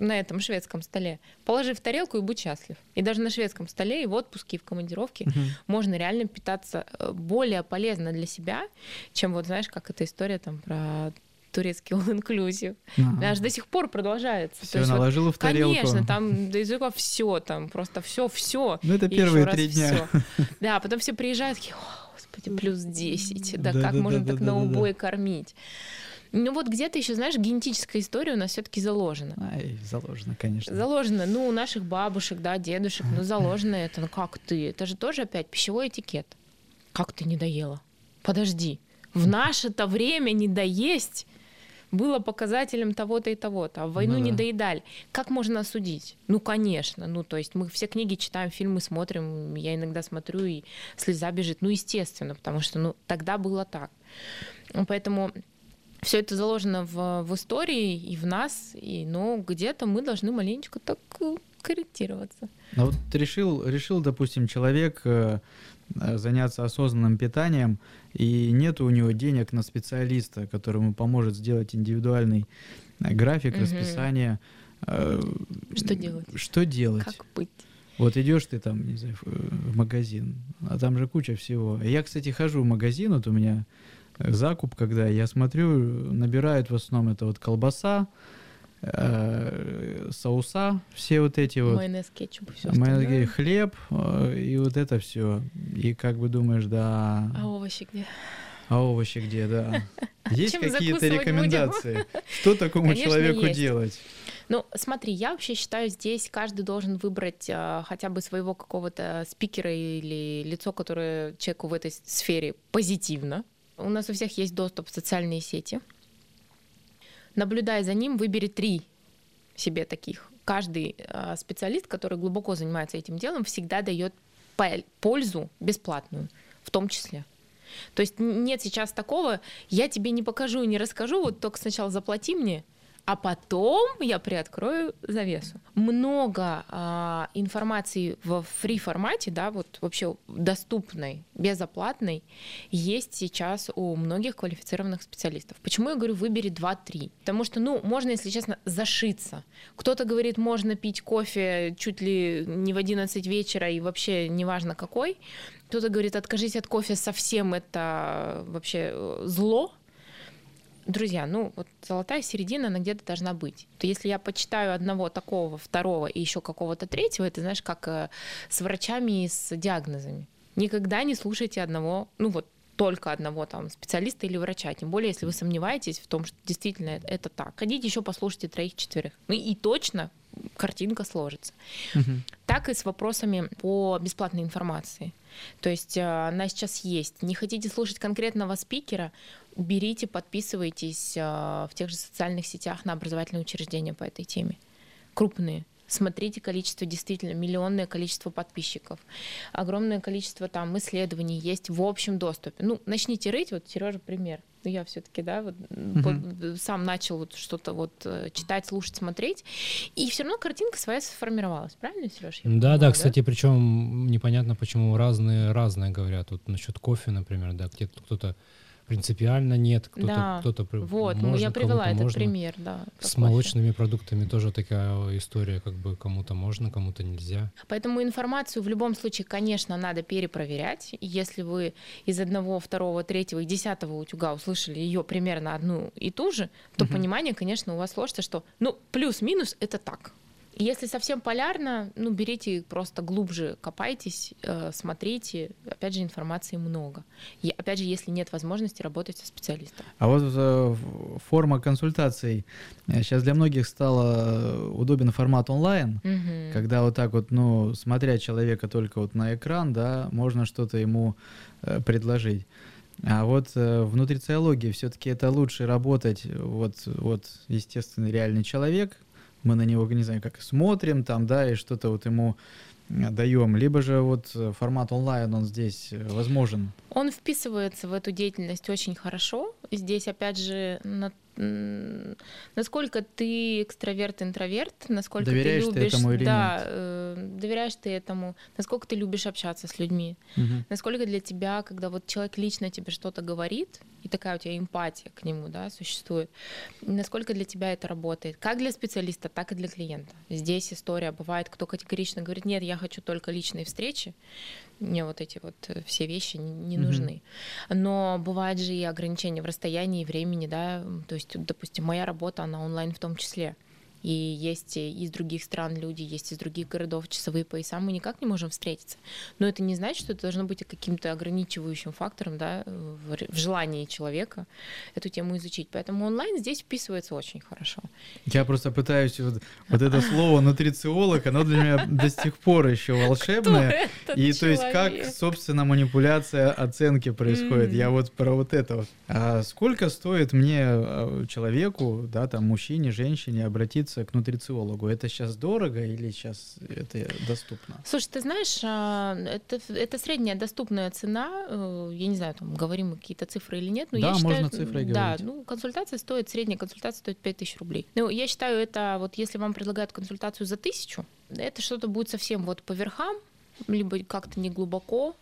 на этом шведском столе. Положи в тарелку и будь счастлив. И даже на шведском столе и в отпуске, и в командировке uh-huh. можно реально питаться более полезно для себя, чем вот знаешь, как эта история там про турецкий all-inclusive. Ага. Даже до сих пор продолжается. Все наложила вот, в тарелку. Конечно, там до языка все, там просто все, все. Ну это первые три дня. Всё. Да, потом все приезжают, такие, о, господи, плюс десять. Да, да как да, можно да, так да, на убой да. кормить? Ну вот где-то еще, знаешь, генетическая история у нас все-таки заложена. Ай, заложена, конечно. Заложена, ну, у наших бабушек, да, дедушек, ну, заложено это. Ну, как ты? Это же тоже опять пищевой этикет. Как ты не доела? Подожди. В наше-то время не доесть было показателем того-то и того-то, а в войну ну, да. не доедали. Как можно осудить? Ну, конечно. Ну, то есть мы все книги читаем, фильмы смотрим, я иногда смотрю, и слеза бежит. Ну, естественно, потому что ну, тогда было так. Поэтому все это заложено в, в истории и в нас, и, но где-то мы должны маленечко так корректироваться. Ну, вот решил, решил, допустим, человек заняться осознанным питанием, и нет у него денег на специалиста, который ему поможет сделать индивидуальный график, угу. расписание. Что делать? Что делать? Как быть? Вот идешь ты там, не знаю, в магазин, а там же куча всего. Я, кстати, хожу в магазин, вот у меня закуп, когда я смотрю, набирают в основном это вот колбаса, соуса, все вот эти вот. Майонез, кетчуп, все майонез, хлеб, и вот это все. И как бы думаешь, да. А овощи где? А овощи где, да. Есть какие-то рекомендации? Что такому человеку делать? Ну, смотри, я вообще считаю, здесь каждый должен выбрать а, хотя бы своего какого-то спикера или лицо, которое человеку в этой сфере позитивно. У нас у всех есть доступ в социальные сети. Наблюдая за ним, выбери три себе таких. Каждый э, специалист, который глубоко занимается этим делом, всегда дает пользу бесплатную, в том числе. То есть нет сейчас такого, я тебе не покажу и не расскажу, вот только сначала заплати мне, а потом я приоткрою завесу. Много э, информации в фри-формате, да, вот вообще доступной, безоплатной, есть сейчас у многих квалифицированных специалистов. Почему я говорю, выбери два-три? Потому что, ну, можно, если честно, зашиться. Кто-то говорит, можно пить кофе чуть ли не в одиннадцать вечера и вообще неважно какой. Кто-то говорит, откажись от кофе совсем, это вообще зло. Друзья, ну вот золотая середина, она где-то должна быть. То если я почитаю одного такого, второго и еще какого-то третьего, это знаешь, как э, с врачами и с диагнозами. Никогда не слушайте одного, ну вот только одного там специалиста или врача, тем более, если вы сомневаетесь в том, что действительно это, это так. Ходите еще послушайте троих-четверых. Ну и точно картинка сложится. Угу. Так и с вопросами по бесплатной информации. То есть она сейчас есть. Не хотите слушать конкретного спикера, берите, подписывайтесь в тех же социальных сетях на образовательные учреждения по этой теме. Крупные. Смотрите количество, действительно, миллионное количество подписчиков. Огромное количество там исследований есть в общем доступе. Ну, начните рыть, вот, Сережа, пример. Ну, я все-таки, да, вот, mm-hmm. вот, сам начал вот что-то вот читать, слушать, смотреть, и все равно картинка своя сформировалась. Правильно, Сережа? Да, понимаю, да, кстати, да? Причем непонятно, почему разные, разные говорят. Вот насчет кофе, например, да, где-то кто-то принципиально нет, кто-то, да, кто-то вот, можно, я привела этот можно. пример, да. С молочными продуктами тоже такая история, как бы кому-то можно, кому-то нельзя. Поэтому информацию в любом случае, конечно, надо перепроверять. Если вы из одного, второго, третьего и десятого утюга услышали ее примерно одну и ту же, то угу. понимание, конечно, у вас сложится, что, ну, плюс-минус это так. Если совсем полярно, ну, берите просто глубже, копайтесь, э, смотрите. Опять же, информации много. И, опять же, если нет возможности работать со специалистом. А вот э, форма консультаций. Сейчас для многих стало удобен формат онлайн, угу. когда вот так вот, ну, смотря человека только вот на экран, да, можно что-то ему э, предложить. А вот э, в нутрициологии все-таки это лучше работать, вот, вот естественный реальный человек. Мы на него, не знаю, как смотрим там, да, и что-то вот ему даем, либо же вот формат онлайн, он здесь возможен? Он вписывается в эту деятельность очень хорошо. Здесь, опять же, на насколько ты экстраверт-интроверт, насколько доверяешь ты любишь, ты этому или да, нет? Э, доверяешь ты этому, насколько ты любишь общаться с людьми, Угу. насколько для тебя, когда вот человек лично тебе что-то говорит, и такая у тебя эмпатия к нему, да, существует, насколько для тебя это работает, как для специалиста, так и для клиента. Здесь история бывает, кто категорично говорит, нет, я хочу только личные встречи, мне вот эти вот все вещи не нужны. Mm-hmm. Но бывает же и ограничения в расстоянии, времени, да, то есть, допустим, моя работа, она онлайн в том числе. И есть из других стран люди, есть из других городов часовые пояса, мы никак не можем встретиться. Но это не значит, что это должно быть каким-то ограничивающим фактором, да, в желании человека эту тему изучить. Поэтому онлайн здесь вписывается очень хорошо. Я просто пытаюсь, вот, вот это слово нутрициолог, оно для меня до сих пор еще волшебное. И то есть как, собственно, манипуляция оценки происходит. Mm. Я вот про вот это вот. А сколько стоит мне, человеку, да, там, мужчине, женщине обратиться к нутрициологу? Это сейчас дорого или сейчас это доступно? Слушай, ты знаешь, это, это средняя доступная цена. Я не знаю, там, говорим мы какие-то цифры или нет. Но да, я считаю, можно цифры да, говорить. Ну, консультация стоит, средняя консультация стоит пять тысяч рублей. Ну, я считаю, это вот если вам предлагают консультацию за тысячу, это что-то будет совсем вот по верхам, либо как-то не глубоко,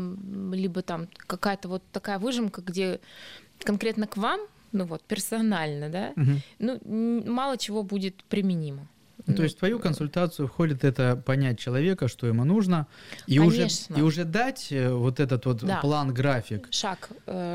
либо там какая-то вот такая выжимка, где конкретно к вам, ну вот, персонально, да, угу. ну, мало чего будет применимо. Ну, то есть в твою консультацию входит это понять человека, что ему нужно, и, уже, и уже дать вот этот вот да. план-график. Шаг,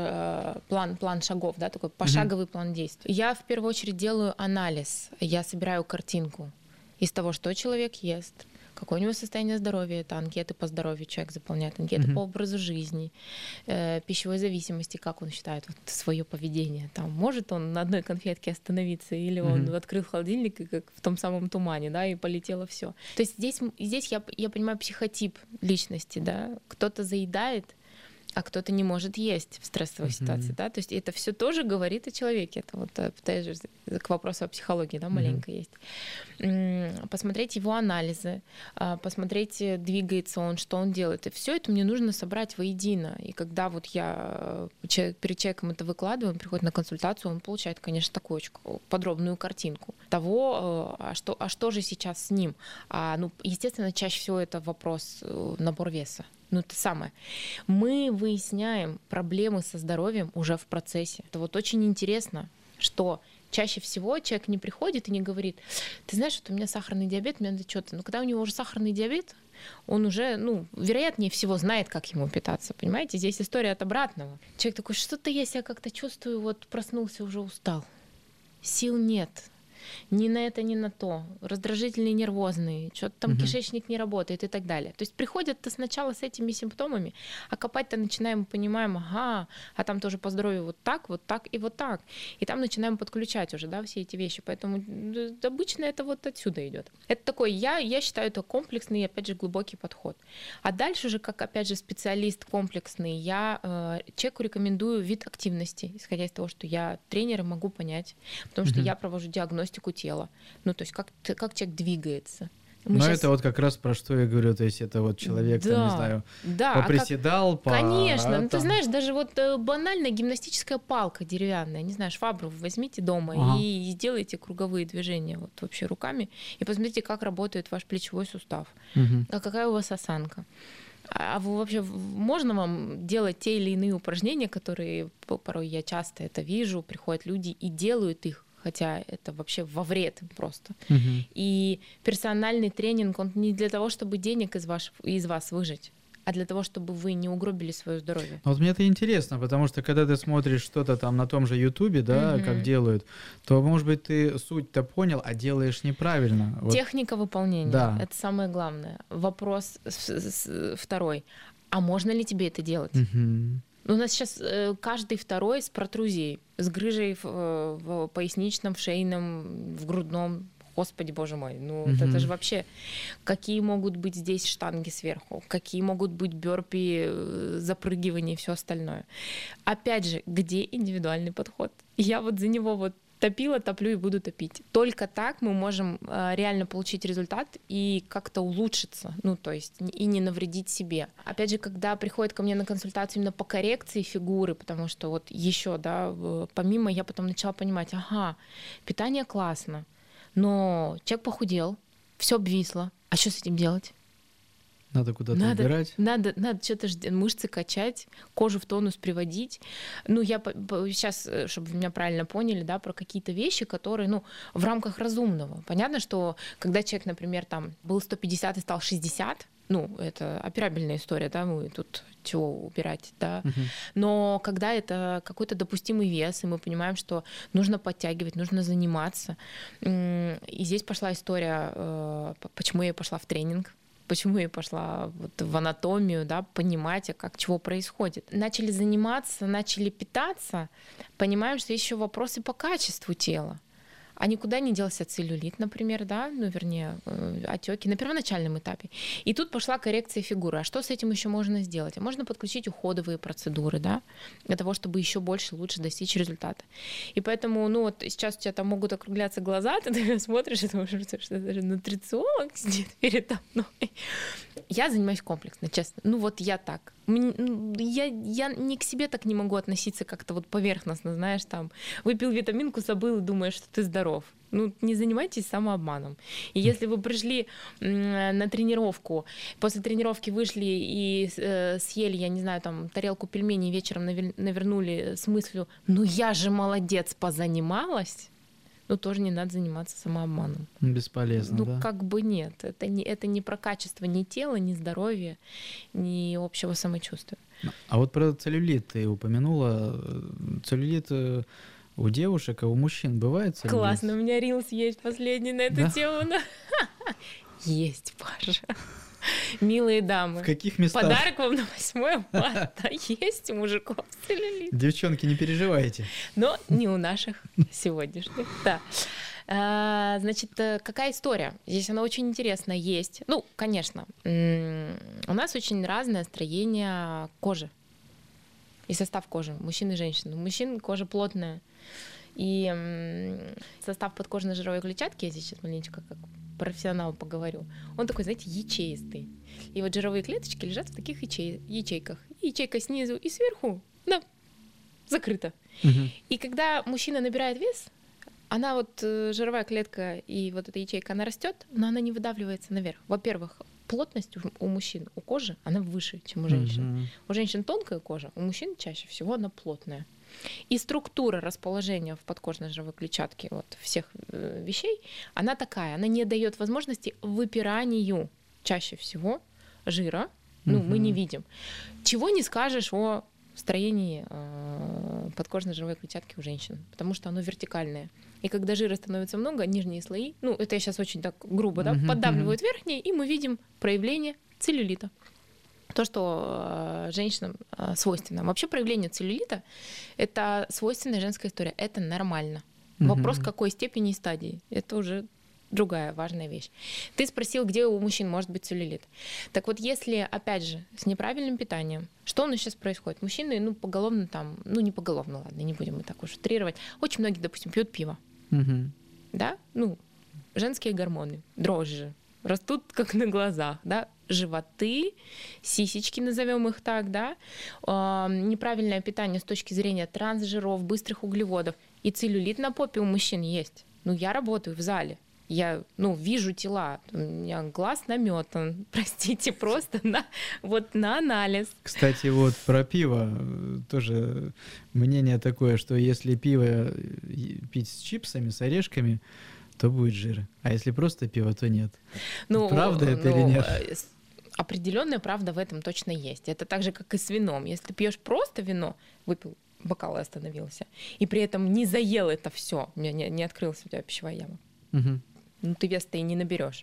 э, план, план шагов, да, такой пошаговый угу. план действий. Я в первую очередь делаю анализ, я собираю картинку из того, что человек ест, какое у него состояние здоровья, это анкеты по здоровью, человек заполняет анкеты mm-hmm. по образу жизни, э, пищевой зависимости, как он считает вот, свое поведение. Там, может он на одной конфетке остановиться, или он mm-hmm. открыл холодильник, и как в том самом тумане, да, и полетело все. То есть здесь, здесь я, я понимаю психотип личности, да, кто-то заедает, а кто-то не может есть в стрессовой uh-huh. ситуации, да, то есть это все тоже говорит о человеке, это вот опять же к вопросу о психологии, да, маленько uh-huh. есть. Посмотреть его анализы, посмотреть, двигается он, что он делает, и все это мне нужно собрать воедино, и когда вот я перед человеком это выкладываю, он приходит на консультацию, он получает, конечно, такую очень подробную картинку того, а что, а что же сейчас с ним, а, ну, естественно, чаще всего это вопрос набор веса. Ну, это самое. Мы выясняем проблемы со здоровьем уже в процессе. Это вот очень интересно, что чаще всего человек не приходит и не говорит, ты знаешь, вот у меня сахарный диабет, мне надо что-то. Но когда у него уже сахарный диабет, он уже, ну, вероятнее всего знает, как ему питаться, понимаете? Здесь история от обратного. Человек такой, что-то я себя как-то чувствую, вот проснулся, уже устал. Сил нет. Ни на это, ни на то. Раздражительный, нервозный, что-то там угу. кишечник не работает и так далее. То есть приходят-то сначала с этими симптомами, а копать-то начинаем, понимаем, ага, а там тоже по здоровью вот так, вот так и вот так. И там начинаем подключать уже, да, все эти вещи. Поэтому обычно это вот отсюда идет. Это такой, я, я считаю, это комплексный, опять же, глубокий подход. А дальше же, как, опять же, специалист комплексный, я э, человеку рекомендую вид активности, исходя из того, что я тренер и могу понять, потому что угу. я провожу диагностику тела. Ну, то есть как, как человек двигается. Мы Но сейчас... это вот как раз про что я говорю, то есть это вот человек, да, там, не знаю, да, поприседал, а как... по... Конечно, а, ну там... ты знаешь, даже вот банальная гимнастическая палка деревянная, не знаю, швабру возьмите дома ага. и сделайте круговые движения вот вообще руками, и посмотрите, как работает ваш плечевой сустав, угу. а какая у вас осанка. А вы вообще, можно вам делать те или иные упражнения, которые порой я часто это вижу, приходят люди и делают их, хотя это вообще во вред просто. Uh-huh. И персональный тренинг, он не для того, чтобы денег из, ваш, из вас выжать, а для того, чтобы вы не угробили свое здоровье. Вот мне это интересно, потому что когда ты смотришь что-то там на том же Ютубе, да, uh-huh. как делают, то, может быть, ты суть-то понял, а делаешь неправильно. Вот. Техника выполнения, да. Это самое главное. Вопрос второй. А можно ли тебе это делать? Uh-huh. У нас сейчас каждый второй с протрузией, с грыжей в, в поясничном, в шейном, в грудном. Господи, боже мой, ну mm-hmm. это же вообще... Какие могут быть здесь штанги сверху? Какие могут быть бёрпи, запрыгивания и все остальное? Опять же, где индивидуальный подход? Я вот за него вот топила, топлю и буду топить. Только так мы можем э, реально получить результат и как-то улучшиться, ну, то есть и не навредить себе. Опять же, когда приходит ко мне на консультацию именно по коррекции фигуры, потому что вот еще, да, помимо я потом начала понимать, ага, питание классно, но человек похудел, все обвисло, а что с этим делать? Надо куда-то надо, убирать. Надо, надо что-то мышцы качать, кожу в тонус приводить. Ну, я сейчас, чтобы вы меня правильно поняли, да, про какие-то вещи, которые, ну, в рамках разумного. Понятно, что когда человек, например, там был сто пятьдесят и стал шестьдесят, ну, это операбельная история, да, мы тут чего убирать, да. Uh-huh. Но когда это какой-то допустимый вес, и мы понимаем, что нужно подтягивать, нужно заниматься. И здесь пошла история, почему я пошла в тренинг. Почему я пошла вот в анатомию, да, понимать, как чего происходит. Начали заниматься, начали питаться, понимаем, что есть еще вопросы по качеству тела. А никуда не делся целлюлит, например, да, ну, вернее, отеки на первоначальном этапе. И тут пошла коррекция фигуры. А что с этим еще можно сделать? Можно подключить уходовые процедуры, да, для того, чтобы еще больше, лучше достичь результата. И поэтому, ну, вот сейчас у тебя там могут округляться глаза, ты смотришь и думаешь, что это же нутрициолог сидит передо мной. Я занимаюсь комплексно, честно. Ну, вот я так. Я, я не к себе так не могу относиться как-то вот поверхностно, знаешь, там, выпил витаминку, забыл и думаешь, что ты здоров. Ну, не занимайтесь самообманом. И если вы пришли на тренировку, после тренировки вышли и э, съели, я не знаю, там, тарелку пельменей, вечером навернули с мыслью, ну, я же молодец, позанималась, ну, тоже не надо заниматься самообманом. Бесполезно, ну, да? Ну, как бы нет. Это не, это не про качество ни тела, ни здоровья, ни общего самочувствия. А вот про целлюлит ты упомянула. Целлюлит у девушек, а у мужчин бывает целлюлит? Классно, у меня рилс есть последний на эту да? тему. Есть, Паша. Милые дамы. В каких местах? Подарок вам на восьмое марта. Есть у мужиков целлюлит. Девчонки, не переживайте. Но не у наших сегодняшних. Да. А, значит, какая история? Здесь она очень интересная. Есть. Ну, конечно, у нас очень разное строение кожи и состав кожи мужчин и женщин. У мужчин кожа плотная. И состав подкожной жировой клетчатки, я здесь сейчас маленечко как профессионал поговорю, он такой, знаете, ячеистый. И вот жировые клеточки лежат в таких ячей, ячейках. И ячейка снизу и сверху, да, закрыта. Угу. И когда мужчина набирает вес, она вот, жировая клетка и вот эта ячейка, она растет, но она не выдавливается наверх. Во-первых, плотность у мужчин, у кожи, она выше, чем у женщин. Угу. У женщин тонкая кожа, у мужчин чаще всего она плотная. И структура расположения в подкожной жировой клетчатке вот, всех э, вещей, она такая, она не дает возможности выпиранию чаще всего жира, ну, uh-huh. мы не видим. Чего не скажешь о строении э, подкожной жировой клетчатки у женщин, потому что оно вертикальное. И когда жира становится много, нижние слои, ну, это я сейчас очень так грубо, да, uh-huh, поддавливают uh-huh. верхние, и мы видим проявление целлюлита. То, что э, женщинам э, свойственно. Вообще проявление целлюлита — это свойственная женская история. Это нормально. Mm-hmm. Вопрос, какой степени и стадии. Это уже другая важная вещь. Ты спросил, где у мужчин может быть целлюлит. Так вот, если, опять же, с неправильным питанием, что у нас сейчас происходит? Мужчины, ну, поголовно там, ну, не поголовно, ладно, не будем мы так уж утрировать. Очень многие, допустим, пьют пиво. Mm-hmm. Да? Ну, женские гормоны, дрожжи растут как на глазах, да, животы, сисечки, назовем их так, да, э, неправильное питание с точки зрения трансжиров, быстрых углеводов, и целлюлит на попе у мужчин есть. Ну, я работаю в зале, я, ну, вижу тела, у меня глаз наметан, простите, просто на, вот на анализ. Кстати, вот про пиво тоже мнение такое, что если пиво пить с чипсами, с орешками, то будет жир. А если просто пиво, то нет. Ну, правда это ну, или нет? Определенная правда в этом точно есть. Это так же, как и с вином. Если ты пьешь просто вино, выпил бокал и остановился, и при этом не заел это все, у меня не, не открылась у тебя пищевая яма, угу. ну ты вес-то и не наберешь.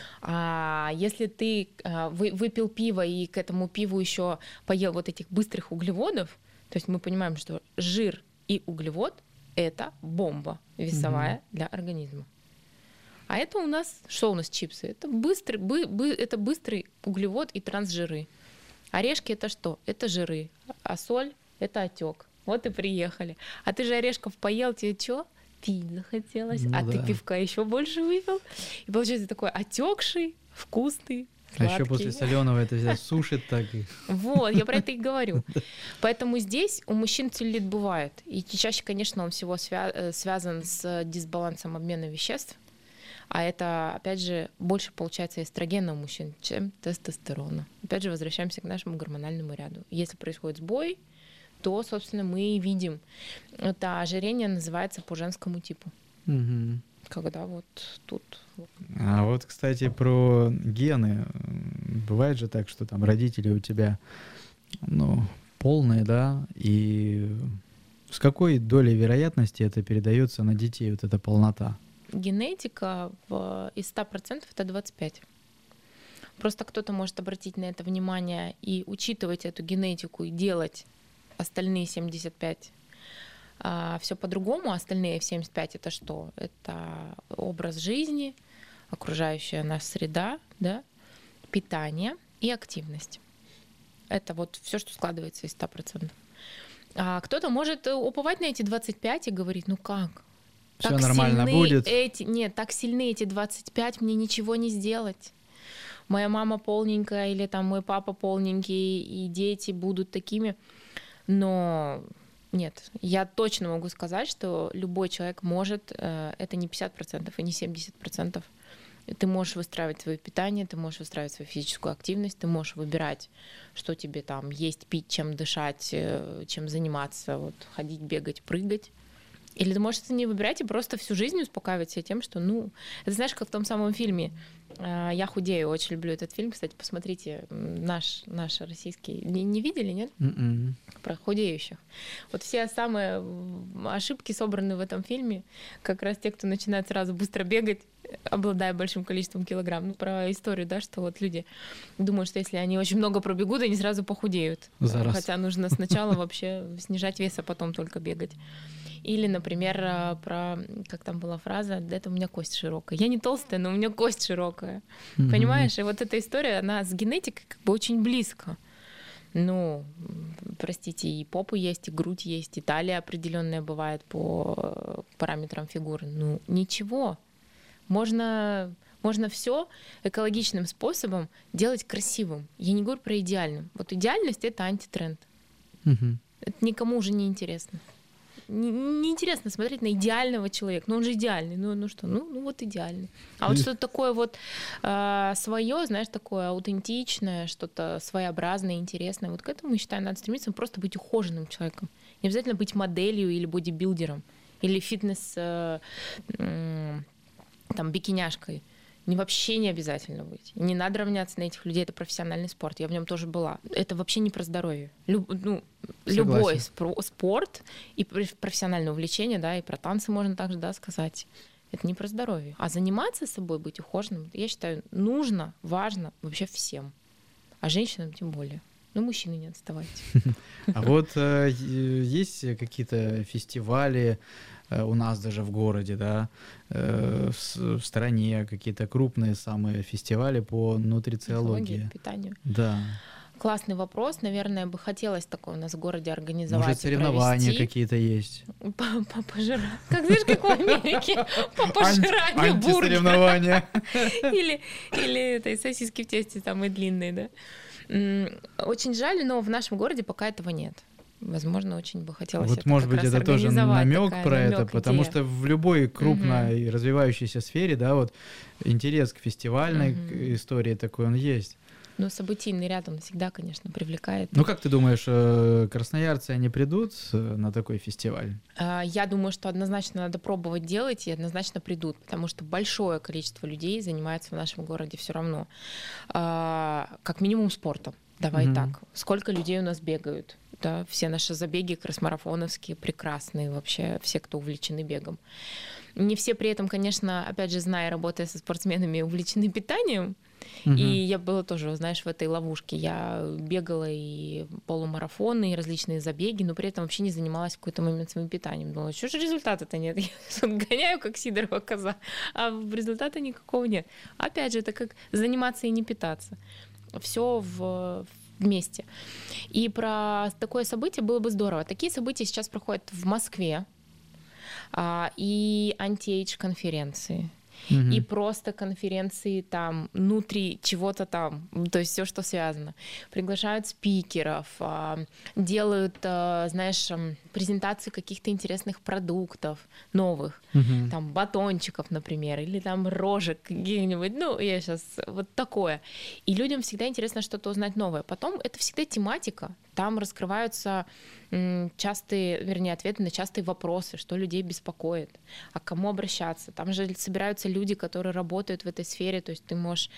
А если ты а, вы, выпил пиво и к этому пиву еще поел вот этих быстрых углеводов, то есть мы понимаем, что жир и углевод — это бомба весовая угу. для организма. А это у нас, что у нас чипсы? Это быстрый, бы, бы, это быстрый углевод и трансжиры. Орешки — это что? Это жиры. А соль — это отек. Вот и приехали. А ты же орешков поел, тебе что? пить захотелось, Ну а да. ты пивка еще больше выпил. И получается такой отекший, вкусный, А сладкий. еще после соленого это тебя сушит так. и- Вот, я про это и говорю. Поэтому здесь у мужчин целлюлит бывает. И чаще, конечно, он всего свя- э, связан с дисбалансом обмена веществ. А это, опять же, больше получается эстрогена у мужчин, чем тестостерона. Опять же, возвращаемся к нашему гормональному ряду. Если происходит сбой, то, собственно, мы и видим. Это ожирение называется по женскому типу. Мгм. Когда вот тут... А вот, кстати, про гены. Бывает же так, что там родители у тебя, ну, полные, да, и с какой долей вероятности это передается на детей, вот эта полнота? Генетика в- из ста процентов это двадцать пять. Просто кто-то может обратить на это внимание и учитывать эту генетику и делать остальные семьдесят пять все по-другому. Остальные семьдесят пять это что? Это образ жизни, окружающая нас среда, да, питание и активность. Это вот все, что складывается из ста процентов. А кто-то может уповать на эти двадцать пять и говорить, ну как? Все нормально сильны будет. Эти, нет, так сильны эти двадцать пять, мне ничего не сделать. Моя мама полненькая или там мой папа полненький, и дети будут такими. Но нет, я точно могу сказать, что любой человек может, э, это не пятьдесят процентов и не семьдесят процентов. Ты можешь выстраивать свое питание, ты можешь выстраивать свою физическую активность, ты можешь выбирать, что тебе там есть, пить, чем дышать, э, чем заниматься, вот, ходить, бегать, прыгать. Или ты можешь это не выбирать и просто всю жизнь успокаивать себя тем, что, ну, это знаешь, как в том самом фильме э, «Я худею», очень люблю этот фильм, кстати, посмотрите, м, наш, наш российский, не, не видели, нет? М-м. Про худеющих. Вот все самые м, ошибки собраны в этом фильме, как раз те, кто начинает сразу быстро бегать, обладая большим количеством килограмм. Ну, про историю, да, что вот люди думают, что если они очень много пробегут, они сразу похудеют. За раз. Хотя нужно сначала вообще снижать вес, а потом только бегать. Или, например, э, про, как там была фраза, да, это у меня кость широкая. Я не толстая, но у меня кость широкая. Мгм. Понимаешь? И вот эта история, она с генетикой как бы очень близко. Ну, м, простите, и попу есть, и грудь есть, и талия определенная бывает по э, параметрам фигуры. Ну, ничего. Можно, можно все экологичным способом делать красивым. Я не говорю про идеальным. Вот идеальность — это антитренд. Мгм. Это никому уже не интересно. Не- Неинтересно смотреть на идеального человека. Ну, он же идеальный. Ну, ну что, ну, ну вот идеальный. А вот что-то такое вот свое, знаешь, такое аутентичное, что-то своеобразное, интересное. Вот к этому, я считаю, надо стремиться, просто быть ухоженным человеком. Не обязательно быть моделью или бодибилдером, или фитнес э, м, там, бикиняшкой. Не, вообще не обязательно быть. Не надо равняться на этих людей. Это профессиональный спорт. Я в нем тоже была. Это вообще не про здоровье. Люб- ну, любой спро- спорт и пр- профессиональное увлечение, да, и про танцы можно также, да, сказать. Это не про здоровье. А заниматься собой, быть ухоженным, я считаю, нужно, важно вообще всем. А женщинам тем более. Ну, мужчины не отставайте. А вот э, е- есть какие-то фестивали э, у нас даже в городе, да, э, в, с- в стране, какие-то крупные самые фестивали по нутрициологии? Психология, питание. Да. Классный вопрос. Наверное, бы хотелось такое у нас в городе организовать. Может, и соревнования провести. какие-то есть? По, по пожира- Как знаешь, как в Америке, по пожиранию Анти- бургера. Антисоревнования. Или, или этой сосиски в тесте самые длинные, да. М, Очень жаль, но в нашем городе пока этого нет. Возможно, очень бы хотелось Вот, это может как быть, раз это тоже организовать, намек такая про это, намёк, потому идея. что в любой крупной развивающейся сфере, да, вот интерес к фестивальной Мгм. к истории такой он есть. Ну, событийный ряд, он всегда, конечно, привлекает. Ну, как ты думаешь, э, красноярцы, они придут э, на такой фестиваль? А, Я думаю, что однозначно надо пробовать делать и однозначно придут, потому что большое количество людей занимается в нашем городе все равно. А, Как минимум спортом. Давай Мгм. так. Сколько людей у нас бегают? Да, все наши забеги кросс-марафоновские прекрасные вообще, все, кто увлечены бегом. Не все при этом, конечно, опять же, зная, работая со спортсменами, увлечены питанием. Мгм. И я была тоже, знаешь, в этой ловушке. Я бегала и полумарафоны, и различные забеги, но при этом вообще не занималась в какой-то момент своим питанием. Думала, что же результата-то нет? Я тут гоняю, как сидорова коза, а результата никакого нет. Опять же, это как заниматься и не питаться. Все в вместе. И про такое событие было бы здорово. Такие события сейчас проходят в Москве. а, и анти-эйдж конференции. Мгм. И просто конференции там внутри чего-то там, ну, то есть все, что связано. Приглашают спикеров, а, делают, а, знаешь, м, презентацию каких-то интересных продуктов новых, Мгм. там батончиков, например, или там рожек каких-нибудь, ну, я сейчас вот такое. И людям всегда интересно что-то узнать новое. Потом это всегда тематика, там раскрываются м, частые, вернее, ответы на частые вопросы, что людей беспокоит, а к кому обращаться. Там же собираются люди, которые работают в этой сфере, то есть ты можешь,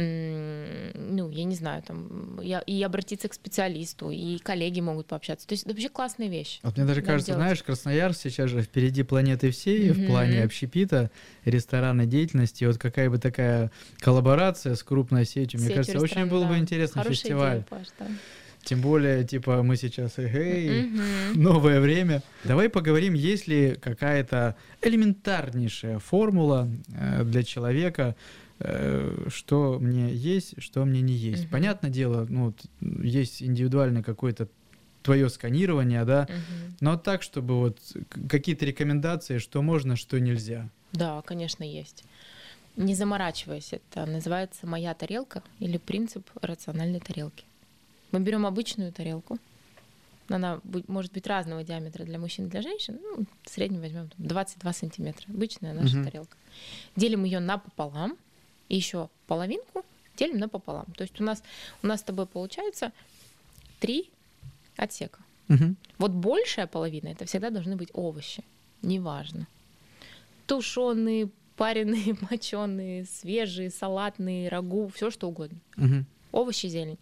м, ну, я не знаю, там, я- и обратиться к специалисту, и коллеги могут пообщаться. То есть это вообще классная вещь. Вот мне даже Надо кажется, делать. знаешь, Красноярск сейчас же впереди планеты всей в плане Мгм. общепита, ресторанной деятельности. И вот какая бы такая коллаборация с крупной сетью, мне Сетью кажется, очень ресторанов, был бы да. интересный Хорошая фестиваль. идея, Паш, да. Тем более, типа, мы сейчас, эй, Мгм. новое время. Давай поговорим, есть ли какая-то элементарнейшая формула э, для человека, э, что мне есть, что мне не есть. Мгм. Понятное дело, ну, вот, есть индивидуальное какое-то твое сканирование, да, Мгм. но так, чтобы вот к- какие-то рекомендации, что можно, что нельзя. Да, конечно, есть. Не заморачиваясь, это называется «моя тарелка» или принцип рациональной тарелки. Мы берем обычную тарелку, она бу- может быть разного диаметра для мужчин и для женщин, ну, в среднем возьмем двадцать два сантиметра, обычная наша Мгм. тарелка. Делим ее напополам, и еще половинку делим напополам. То есть у нас, у нас с тобой получается три отсека. Мгм. Вот большая половина — это всегда должны быть овощи, неважно. Тушеные, пареные, моченые, свежие, салатные, рагу, все что угодно. Мгм. Овощи, зелень.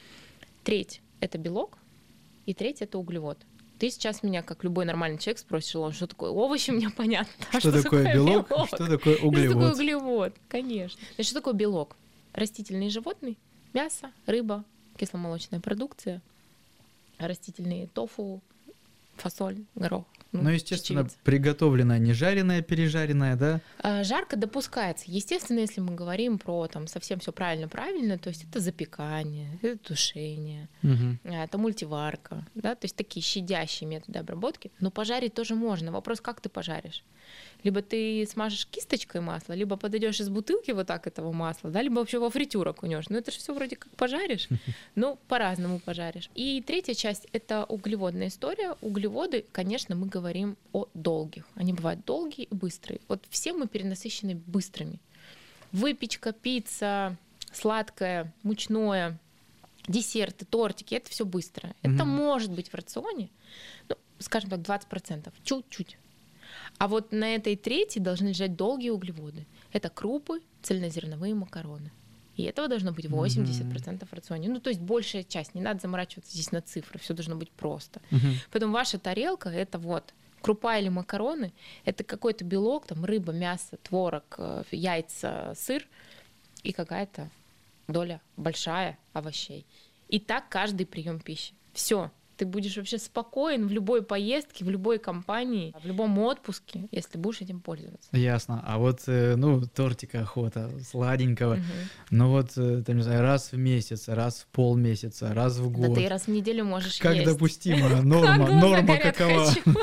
Треть — это белок, и треть — это углевод. Ты сейчас меня, как любой нормальный человек, спросишь, Илон, что такое овощи, мне понятно. А Что такое белок, что такое Что такое углевод? углевод? Конечно. Значит, что такое белок? Растительные животные, мясо, рыба, кисломолочная продукция, растительные тофу, фасоль, горох. Ну, естественно, чечевица. приготовленная, не жареная, пережаренная, да? А, Жарко допускается. Естественно, если мы говорим про там совсем все правильно-правильно, то есть это запекание, это тушение, Мгм. а, это мультиварка, да, то есть такие щадящие методы обработки. Но пожарить тоже можно. Вопрос, как ты пожаришь? Либо ты смажешь кисточкой масло, либо подойдешь из бутылки вот так этого масла, да, либо вообще во фритюр окунешь. Ну это же все вроде как пожаришь, но по-разному пожаришь. И третья часть — это углеводная история. Углеводы, конечно, мы говорим о долгих. Они бывают долгие и быстрые. Вот все мы перенасыщены быстрыми. Выпечка, пицца, сладкое, мучное, десерты, тортики — это все быстро. Это Мгм. может быть в рационе, ну, скажем так, двадцать процентов, чуть-чуть. А вот на этой трети должны лежать долгие углеводы. Это крупы, цельнозерновые макароны. И этого должно быть восемьдесят процентов в рационе. Ну, то есть большая часть. Не надо заморачиваться здесь на цифры. Все должно быть просто. Мгм. Поэтому ваша тарелка — это вот крупа или макароны, это какой-то белок, там рыба, мясо, творог, э, яйца, сыр и какая-то доля большая овощей. И так каждый прием пищи. Все. Ты будешь вообще спокоен в любой поездке, в любой компании, в любом отпуске, если будешь этим пользоваться. Ясно. А вот, э, ну, тортика охота, сладенького. Мгм. Ну вот, э, там, не знаю, раз в месяц, раз в полмесяца, раз в Да год. ты раз в неделю можешь Как есть. допустимо? Норма, Как глаза норма горят, какова?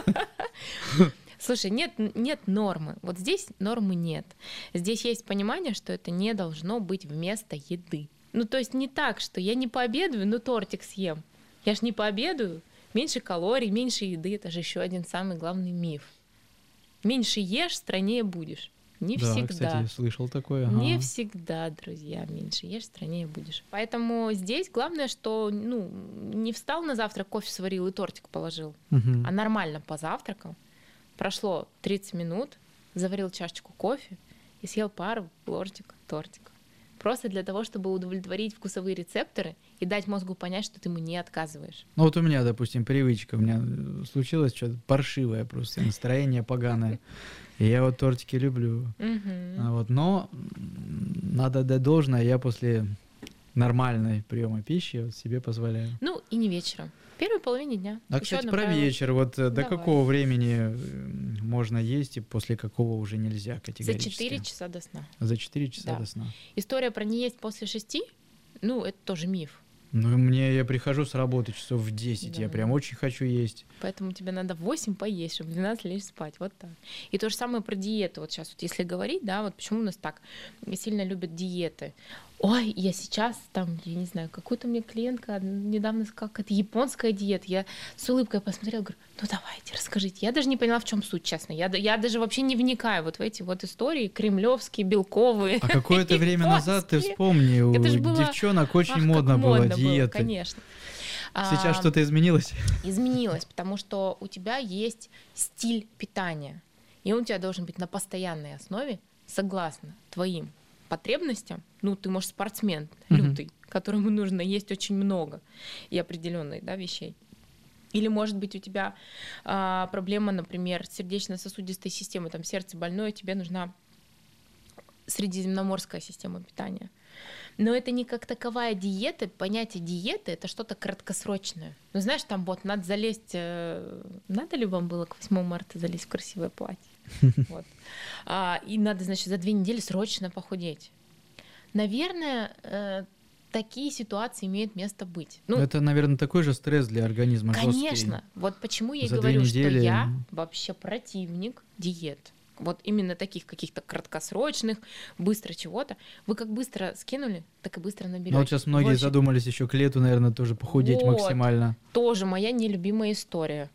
хочу. Слушай, нет, нет нормы. Вот здесь нормы нет. Здесь есть понимание, что это не должно быть вместо еды. Ну, то есть не так, что я не пообедаю, но тортик съем. Я ж не пообедаю. Меньше калорий, меньше еды. Это же еще один самый главный миф. Меньше ешь, стройнее будешь. Не Да, всегда. кстати, я слышал такое. Не ага. всегда, друзья, меньше ешь, стройнее будешь. Поэтому здесь главное, что ну, не встал на завтрак, кофе сварил и тортик положил, Мгм. а нормально позавтракал. Прошло тридцать минут, заварил чашечку кофе и съел пару ложечек тортика. Просто для того, чтобы удовлетворить вкусовые рецепторы и дать мозгу понять, что ты ему не отказываешь. Ну вот у меня, допустим, привычка, у меня э, случилось что-то паршивое просто, настроение поганое. И я вот тортики люблю. Мгм. А вот, но м, надо отдать должное, я после нормальной приема пищи вот себе позволяю. Ну и не вечером. В первой половине дня. А, Ещё кстати, одно про правило. вечер. Вот э, до Давай. какого времени э, можно есть и после какого уже нельзя За категорически? четыре часа до сна. За четыре часа Да. до сна. История про не есть после шести, ну, это тоже миф. Ну, мне я прихожу с работы часов в десять, Да. я прям очень хочу есть. Поэтому тебе надо в восемь поесть, чтобы в двенадцать лечь спать. Вот так. И то же самое про диету. Вот сейчас, вот если говорить, да, вот почему у нас так сильно любят диеты. Ой, я сейчас там, я не знаю, какую-то мне клиентка недавно сказала, как это японская диета. Я с улыбкой посмотрела, говорю, ну давайте, расскажите. Я даже не поняла, в чем суть, честно. Я, я даже вообще не вникаю вот в эти вот истории кремлевские, белковые. А какое-то время назад, ты вспомни, у Это ж было- девчонок очень Ах, как модно было модно диеты. конечно. Сейчас А, что-то изменилось? изменилось, потому что у тебя есть стиль питания, и он у тебя должен быть на постоянной основе, согласно твоим потребностям. Ну, ты, может, спортсмен Мгм. лютый, которому нужно есть очень много и определенных, да, вещей. Или, может быть, у тебя а, проблема, например, сердечно-сосудистой системы, там сердце больное, тебе нужна средиземноморская система питания. Но это не как таковая диета. Понятие диеты — это что-то краткосрочное. Ну, знаешь, там вот надо залезть... э, Надо ли вам было к восьмому марта залезть в красивое платье? Вот. А, и надо, значит, за две недели срочно похудеть. Наверное, э, такие ситуации имеют место быть. Ну, Это, наверное, такой же стресс для организма. жёсткий. конечно. Вот почему я и За две говорю, недели- что я вообще противник диет. Вот именно таких каких-то краткосрочных, быстро чего-то. Вы как быстро скинули, так и быстро наберете. Ну вот сейчас многие Вообще задумались еще к лету, наверное, тоже похудеть Вот. максимально. тоже моя нелюбимая история.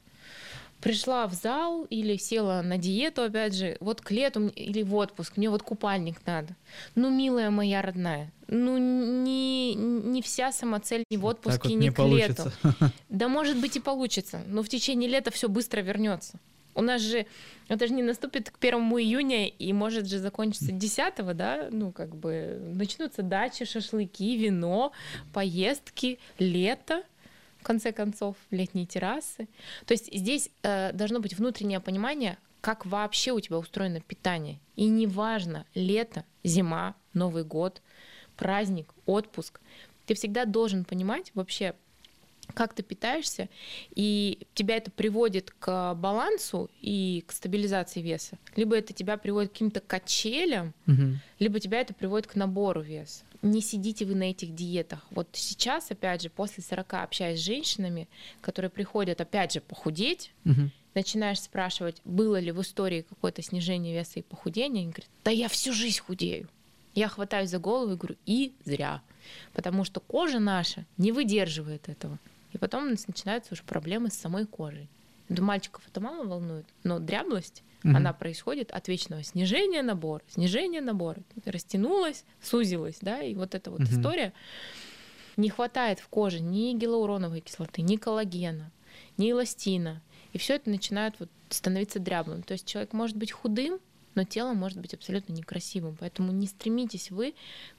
Пришла в зал или села на диету, опять же, вот к лету мне- или в отпуск, мне вот купальник надо. Ну, милая моя родная, ну не, не вся самоцель ни в Так отпуске, вот ни не к лету. получится. Да, может быть, и получится, но в течение лета все быстро вернется. У нас же это же не наступит к первому июня и может же закончиться десятого, да, ну как бы начнутся дачи, шашлыки, вино, поездки, лето, в конце концов, летние террасы. То есть здесь э, должно быть внутреннее понимание, как вообще у тебя устроено питание. И неважно, лето, зима, Новый год, праздник, отпуск, ты всегда должен понимать вообще, как ты питаешься, и тебя это приводит к балансу и к стабилизации веса, либо это тебя приводит к каким-то качелям, Мгм. либо тебя это приводит к набору веса. Не сидите вы на этих диетах. Вот сейчас, опять же, после сорока общаясь с женщинами, которые приходят, опять же, похудеть, Мгм. начинаешь спрашивать, было ли в истории какое-то снижение веса и похудение, они говорят, да я всю жизнь худею. Я хватаюсь за голову и говорю, и зря. Потому что кожа наша не выдерживает этого. И потом у нас начинаются уже проблемы с самой кожей. До мальчиков это мало волнует, но дряблость, Мгм. она происходит от вечного снижения набора, снижения набора. Растянулась, сузилась, да, и вот эта вот Мгм. история. Не хватает в коже ни гиалуроновой кислоты, ни коллагена, ни эластина. И все это начинает вот становиться дряблым. То есть человек может быть худым, но тело может быть абсолютно некрасивым. Поэтому не стремитесь вы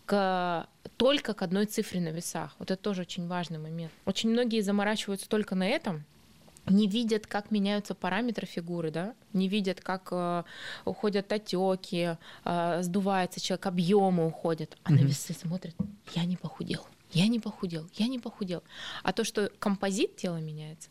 к, только к одной цифре на весах. Вот это тоже очень важный момент. Очень многие заморачиваются только на этом, не видят, как меняются параметры фигуры, да? Не видят, как э, уходят отеки, э, сдувается человек, объемы уходят, а на Мгм. весы смотрят, я не похудел. Я не похудел, я не похудел. А то, что композит тела меняется,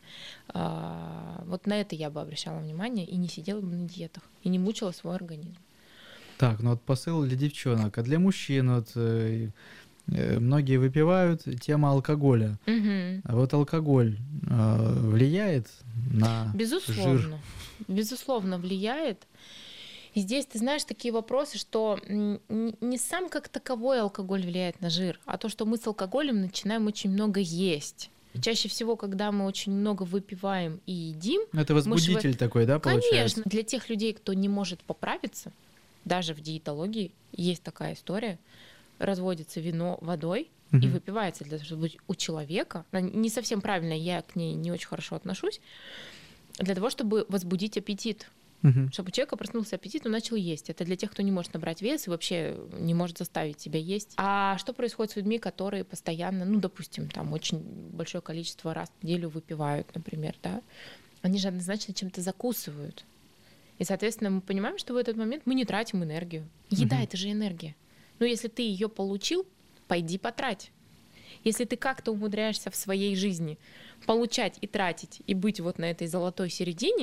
а, вот на это я бы обращала внимание и не сидела бы на диетах, и не мучила свой организм. Так, ну вот посыл для девчонок, а для мужчин вот э, э, многие выпивают, тема алкоголя. Мгм. А вот алкоголь э, влияет на жир? Безусловно. Безусловно, влияет. И здесь, ты знаешь, такие вопросы, что м, н- не сам как таковой алкоголь влияет на жир, а то, что мы с алкоголем начинаем очень много есть. И чаще всего, когда мы очень много выпиваем и едим, Это возбудитель такой, да, получается? конечно, для тех людей, кто не может поправиться, даже в диетологии есть такая история, разводится вино водой и Мгм. выпивается для того, чтобы у человека, она не совсем правильно, я к ней не очень хорошо отношусь, для того, чтобы возбудить аппетит. Мгм. Чтобы у человека проснулся аппетит, он начал есть. Это для тех, кто не может набрать вес и вообще не может заставить себя есть. А что происходит с людьми, которые постоянно, ну, допустим, там очень большое количество раз в неделю выпивают, например, да? Они же однозначно чем-то закусывают. И, соответственно, мы понимаем, что в этот момент мы не тратим энергию. Еда Мгм. — это же энергия. Но если ты ее получил, пойди потрать. Если ты как-то умудряешься в своей жизни получать и тратить, и быть вот на этой золотой середине,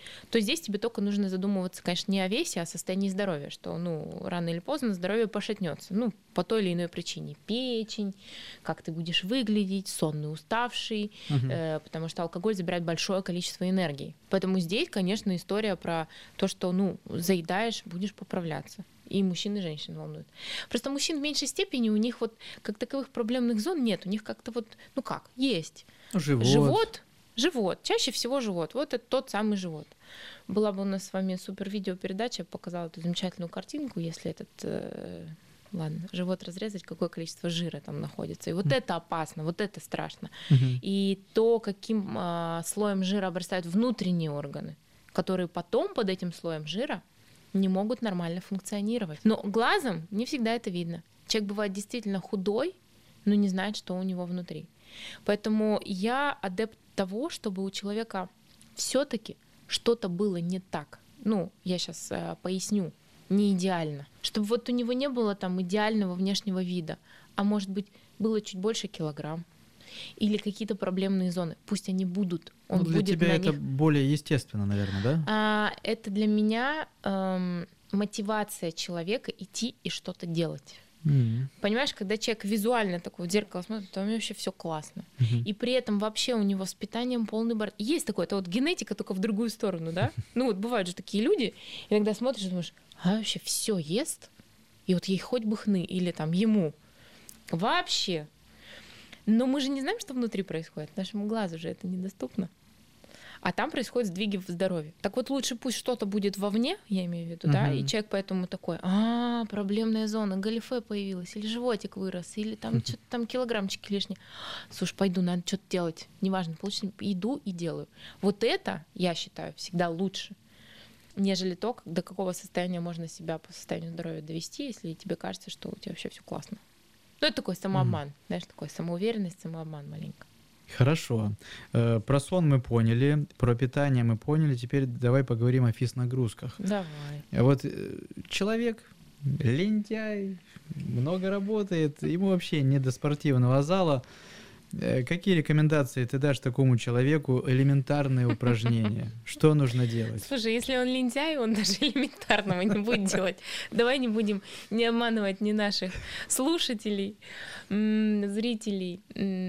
то здесь тебе только нужно задумываться, конечно, не о весе, а о состоянии здоровья, что, ну, рано или поздно здоровье пошатнется, ну, по той или иной причине. Печень, как ты будешь выглядеть, сонный, уставший, угу. э, потому что алкоголь забирает большое количество энергии. Поэтому здесь, конечно, история про то, что, ну, заедаешь, будешь поправляться. И мужчин, и женщин волнует. Просто мужчин в меньшей степени, у них вот как таковых проблемных зон нет. У них как-то вот, ну как, есть. Живот. Живот, живот. Чаще всего живот. Вот это тот самый живот. Была бы у нас с вами супер видеопередача, я показала эту замечательную картинку, если этот... Э, ладно, живот разрезать, какое количество жира там находится. И вот mm. это опасно, вот это страшно. Mm-hmm. И то, каким э, слоем жира обрастают внутренние органы, которые потом под этим слоем жира не могут нормально функционировать. Но глазом не всегда это видно. Человек бывает действительно худой, но не знает, что у него внутри. Поэтому я адепт того, чтобы у человека все-таки что-то было не так. Ну, я сейчас э, поясню, не идеально. Чтобы вот у него не было там идеального внешнего вида, а может быть, было чуть больше килограмм. Или какие-то проблемные зоны. Пусть они будут. Он ну, для будет тебя на это них... более естественно, наверное, да? А, это для меня эм, мотивация человека идти и что-то делать. Mm-hmm. Понимаешь, когда человек визуально такой в зеркало смотрит, то у него вообще все классно. Mm-hmm. И при этом вообще у него с питанием полный бар. Есть такое, это вот генетика только в другую сторону, да? Ну вот бывают же такие люди, иногда смотришь и думаешь, а вообще все ест, и вот ей хоть бы хны, или там ему. Вообще. Но мы же не знаем, что внутри происходит. Нашему глазу же это недоступно. А там происходят сдвиги в здоровье. Так вот лучше пусть что-то будет вовне, я имею в виду, uh-huh. да, и человек поэтому такой, а, проблемная зона, галифе появилась, или животик вырос, или там uh-huh. что-то там килограммчики лишние. Слушай, пойду, надо что-то делать. Неважно, получится, иду и делаю. Вот это, я считаю, всегда лучше, нежели то, до какого состояния можно себя по состоянию здоровья довести, если тебе кажется, что у тебя вообще все классно. Ну, это такой самообман, mm. знаешь, такой самоуверенность, самообман маленько. Хорошо. Э, про сон мы поняли, про питание мы поняли, теперь давай поговорим о физ-нагрузках. Давай. Вот э, человек лентяй, много работает, ему вообще не до спортивного зала. Э, какие рекомендации ты дашь такому человеку, элементарные упражнения? Что нужно делать? Слушай, если он лентяй, он даже элементарного не будет делать. Давай не будем не обманывать ни наших слушателей, зрителей.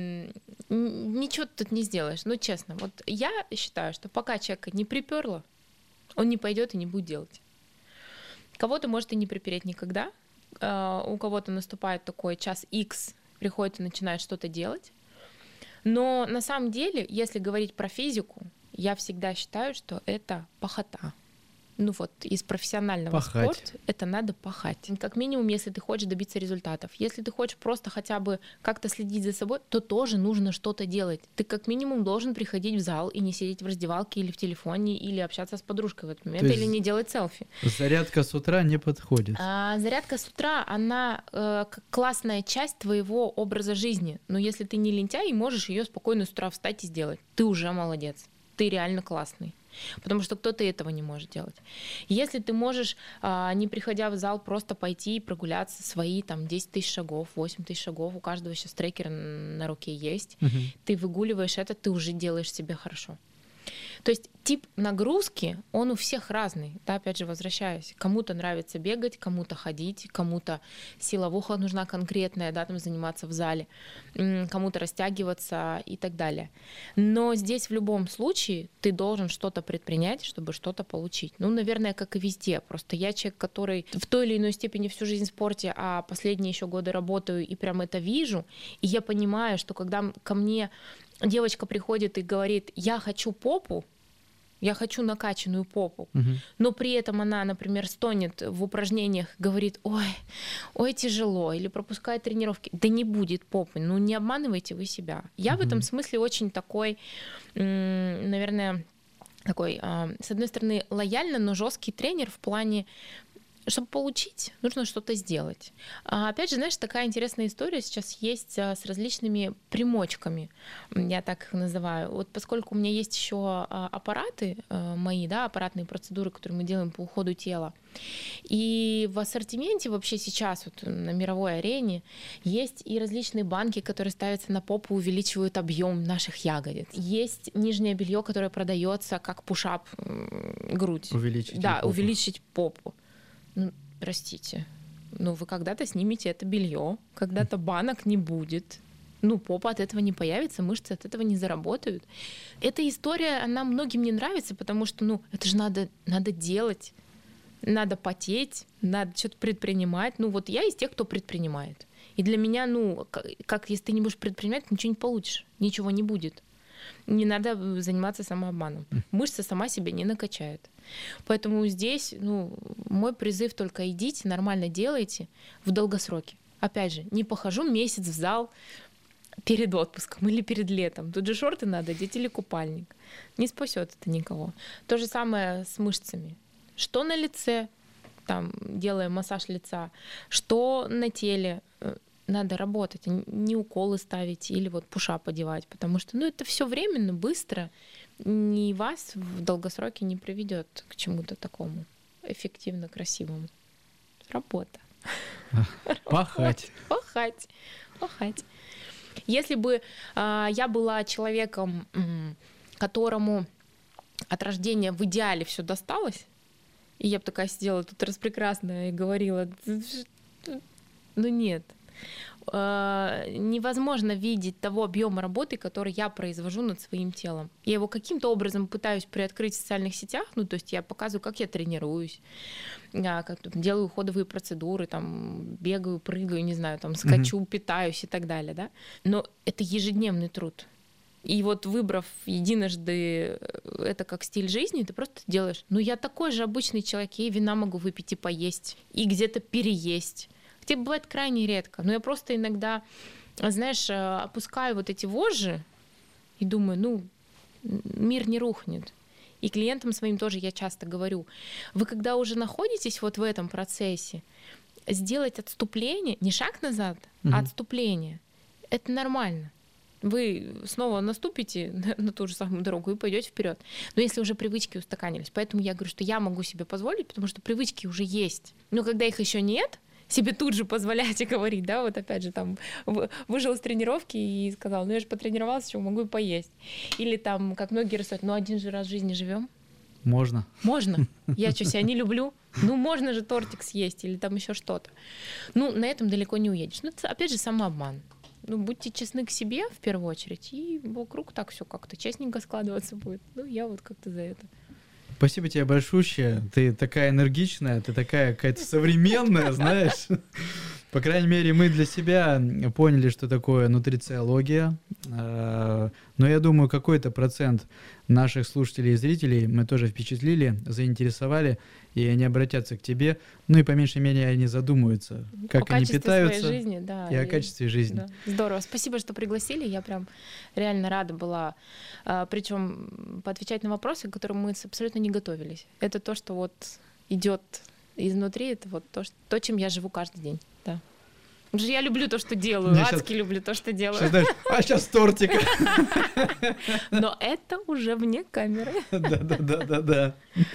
Ничего ты тут не сделаешь. Ну, честно, вот я считаю, что пока человека не приперло, он не пойдет и не будет делать. Кого-то может и не припереть никогда. У кого-то наступает такой час X, приходит и начинает что-то делать. Но на самом деле, если говорить про физику, я всегда считаю, что это пахота. Ну вот, из профессионального пахать. Спорта это надо пахать. Как минимум, если ты хочешь добиться результатов. Если ты хочешь просто хотя бы как-то следить за собой, то тоже нужно что-то делать. Ты как минимум должен приходить в зал и не сидеть в раздевалке или в телефоне, или общаться с подружкой в этот момент, или не делать селфи. Зарядка с утра не подходит. А, зарядка с утра, она э, как классная часть твоего образа жизни. Но если ты не лентяй, можешь ее спокойно с утра встать и сделать. Ты уже молодец. Ты реально классный. Потому что кто-то этого не может делать. Если ты можешь, не приходя в зал, просто пойти и прогуляться свои там, десять тысяч шагов, восемь тысяч шагов, у каждого сейчас трекер на руке есть, угу. Ты выгуливаешь это, ты уже делаешь себе хорошо. То есть тип нагрузки, он у всех разный. Да, опять же, возвращаясь. Кому-то нравится бегать, кому-то ходить, кому-то силовуха нужна конкретная, да, там заниматься в зале, кому-то растягиваться и так далее. Но здесь в любом случае ты должен что-то предпринять, чтобы что-то получить. Ну, наверное, как и везде. Просто я человек, который в той или иной степени всю жизнь в спорте, а последние еще годы работаю и прям это вижу. И я понимаю, что когда ко мне девочка приходит и говорит, я хочу попу, я хочу накачанную попу, угу. Но при этом она, например, стонет в упражнениях, говорит, ой, ой, тяжело, или пропускает тренировки. Да не будет попы, ну не обманывайте вы себя. Я угу. в этом смысле очень такой, наверное, такой, с одной стороны, лояльный, но жесткий тренер в плане, чтобы получить, нужно что-то сделать. А опять же, знаешь, такая интересная история сейчас есть с различными примочками, я так их называю. Вот поскольку у меня есть еще аппараты мои, да, аппаратные процедуры, которые мы делаем по уходу тела, и в ассортименте вообще сейчас вот на мировой арене есть и различные банки, которые ставятся на попу, увеличивают объем наших ягодиц. Есть нижнее белье, которое продается как пушап грудь. Увеличить да, попу. увеличить попу. Ну, простите, ну вы когда-то снимете это белье, когда-то банок не будет. Ну, попа от этого не появится, мышцы от этого не заработают. Эта история, она многим не нравится, потому что, ну, это же надо, надо делать. Надо потеть, надо что-то предпринимать. Ну вот я из тех, кто предпринимает. И для меня, ну, как, как если ты не будешь предпринимать, ничего не получишь, ничего не будет. Не надо заниматься самообманом. Мышца сама себя не накачает. Поэтому здесь, ну, мой призыв только идите, нормально делайте в долгосроке. Опять же, не похожу месяц в зал перед отпуском или перед летом. Тут же шорты надо одеть или купальник. Не спасет это никого. То же самое с мышцами. Что на лице, там, делая массаж лица, что на теле, надо работать, не уколы ставить или вот пушап одевать, потому что, ну, это все временно, быстро, и вас в долгосроке не приведет к чему-то такому эффективно, красивому. Работа. Пахать. Пахать. Пахать. Если бы э, я была человеком, э, которому от рождения в идеале все досталось, и я бы такая сидела тут распрекрасная и говорила, ну нет, невозможно видеть того объема работы, который я произвожу над своим телом. Я его каким-то образом пытаюсь приоткрыть в социальных сетях, ну то есть я показываю, как я тренируюсь, как делаю уходовые процедуры, там бегаю, прыгаю, не знаю, там скачу, mm-hmm. питаюсь и так далее, да. Но это ежедневный труд. И вот выбрав единожды это как стиль жизни, ты просто делаешь. Ну, я такой же обычный человек, я и вина могу выпить и поесть, и где-то переесть. Хотя бывает крайне редко. Но я просто иногда, знаешь, опускаю вот эти вожжи и думаю, ну, мир не рухнет. И клиентам своим тоже я часто говорю, вы когда уже находитесь вот в этом процессе, сделать отступление, не шаг назад, mm-hmm. а отступление, это нормально. Вы снова наступите на ту же самую дорогу и пойдете вперед. Но если уже привычки устаканились, поэтому я говорю, что я могу себе позволить, потому что привычки уже есть. Но когда их еще нет, себе тут же позволять и говорить, да, вот опять же там выжил из тренировки и сказал, ну я же потренировался, чего могу и поесть. Или там, как многие рассуждают, ну один же раз в жизни живем. Можно. Можно. Я что, себя не люблю? Ну можно же тортик съесть или там еще что-то. Ну на этом далеко не уедешь. Ну это опять же самообман. Ну, будьте честны к себе в первую очередь, и вокруг так все как-то честненько складываться будет. Ну, я вот как-то за это. Спасибо тебе большущее. Ты такая энергичная, ты такая какая-то современная, знаешь. По крайней мере, мы для себя поняли, что такое нутрициология. Но я думаю, какой-то процент наших слушателей и зрителей мы тоже впечатлили, заинтересовали, и они обратятся к тебе. Ну и по меньшей мере они задумаются, как о они питаются своей жизни, да, и, и о качестве жизни. Да. Здорово. Спасибо, что пригласили. Я прям реально рада была. Причем поотвечать на вопросы, к которым мы абсолютно не готовились. Это то, что вот идет изнутри, это вот то, что, то, чем я живу каждый день. Да. Потому что я люблю то, что делаю, Мне адски сейчас... люблю то, что делаю. Сейчас, знаешь, а сейчас тортик. Но это уже вне камеры. Да-да-да-да-да.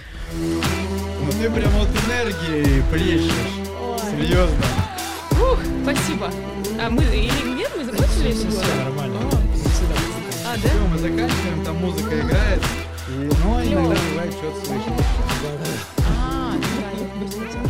Ну ты прям вот энергией плещешь. Серьезно. Ух, спасибо. А мы или нет, мы закончили? Все нормально. А, да? Все, мы заканчиваем, там музыка играет. И, ну, иногда бывает что-то слышно. А, да, я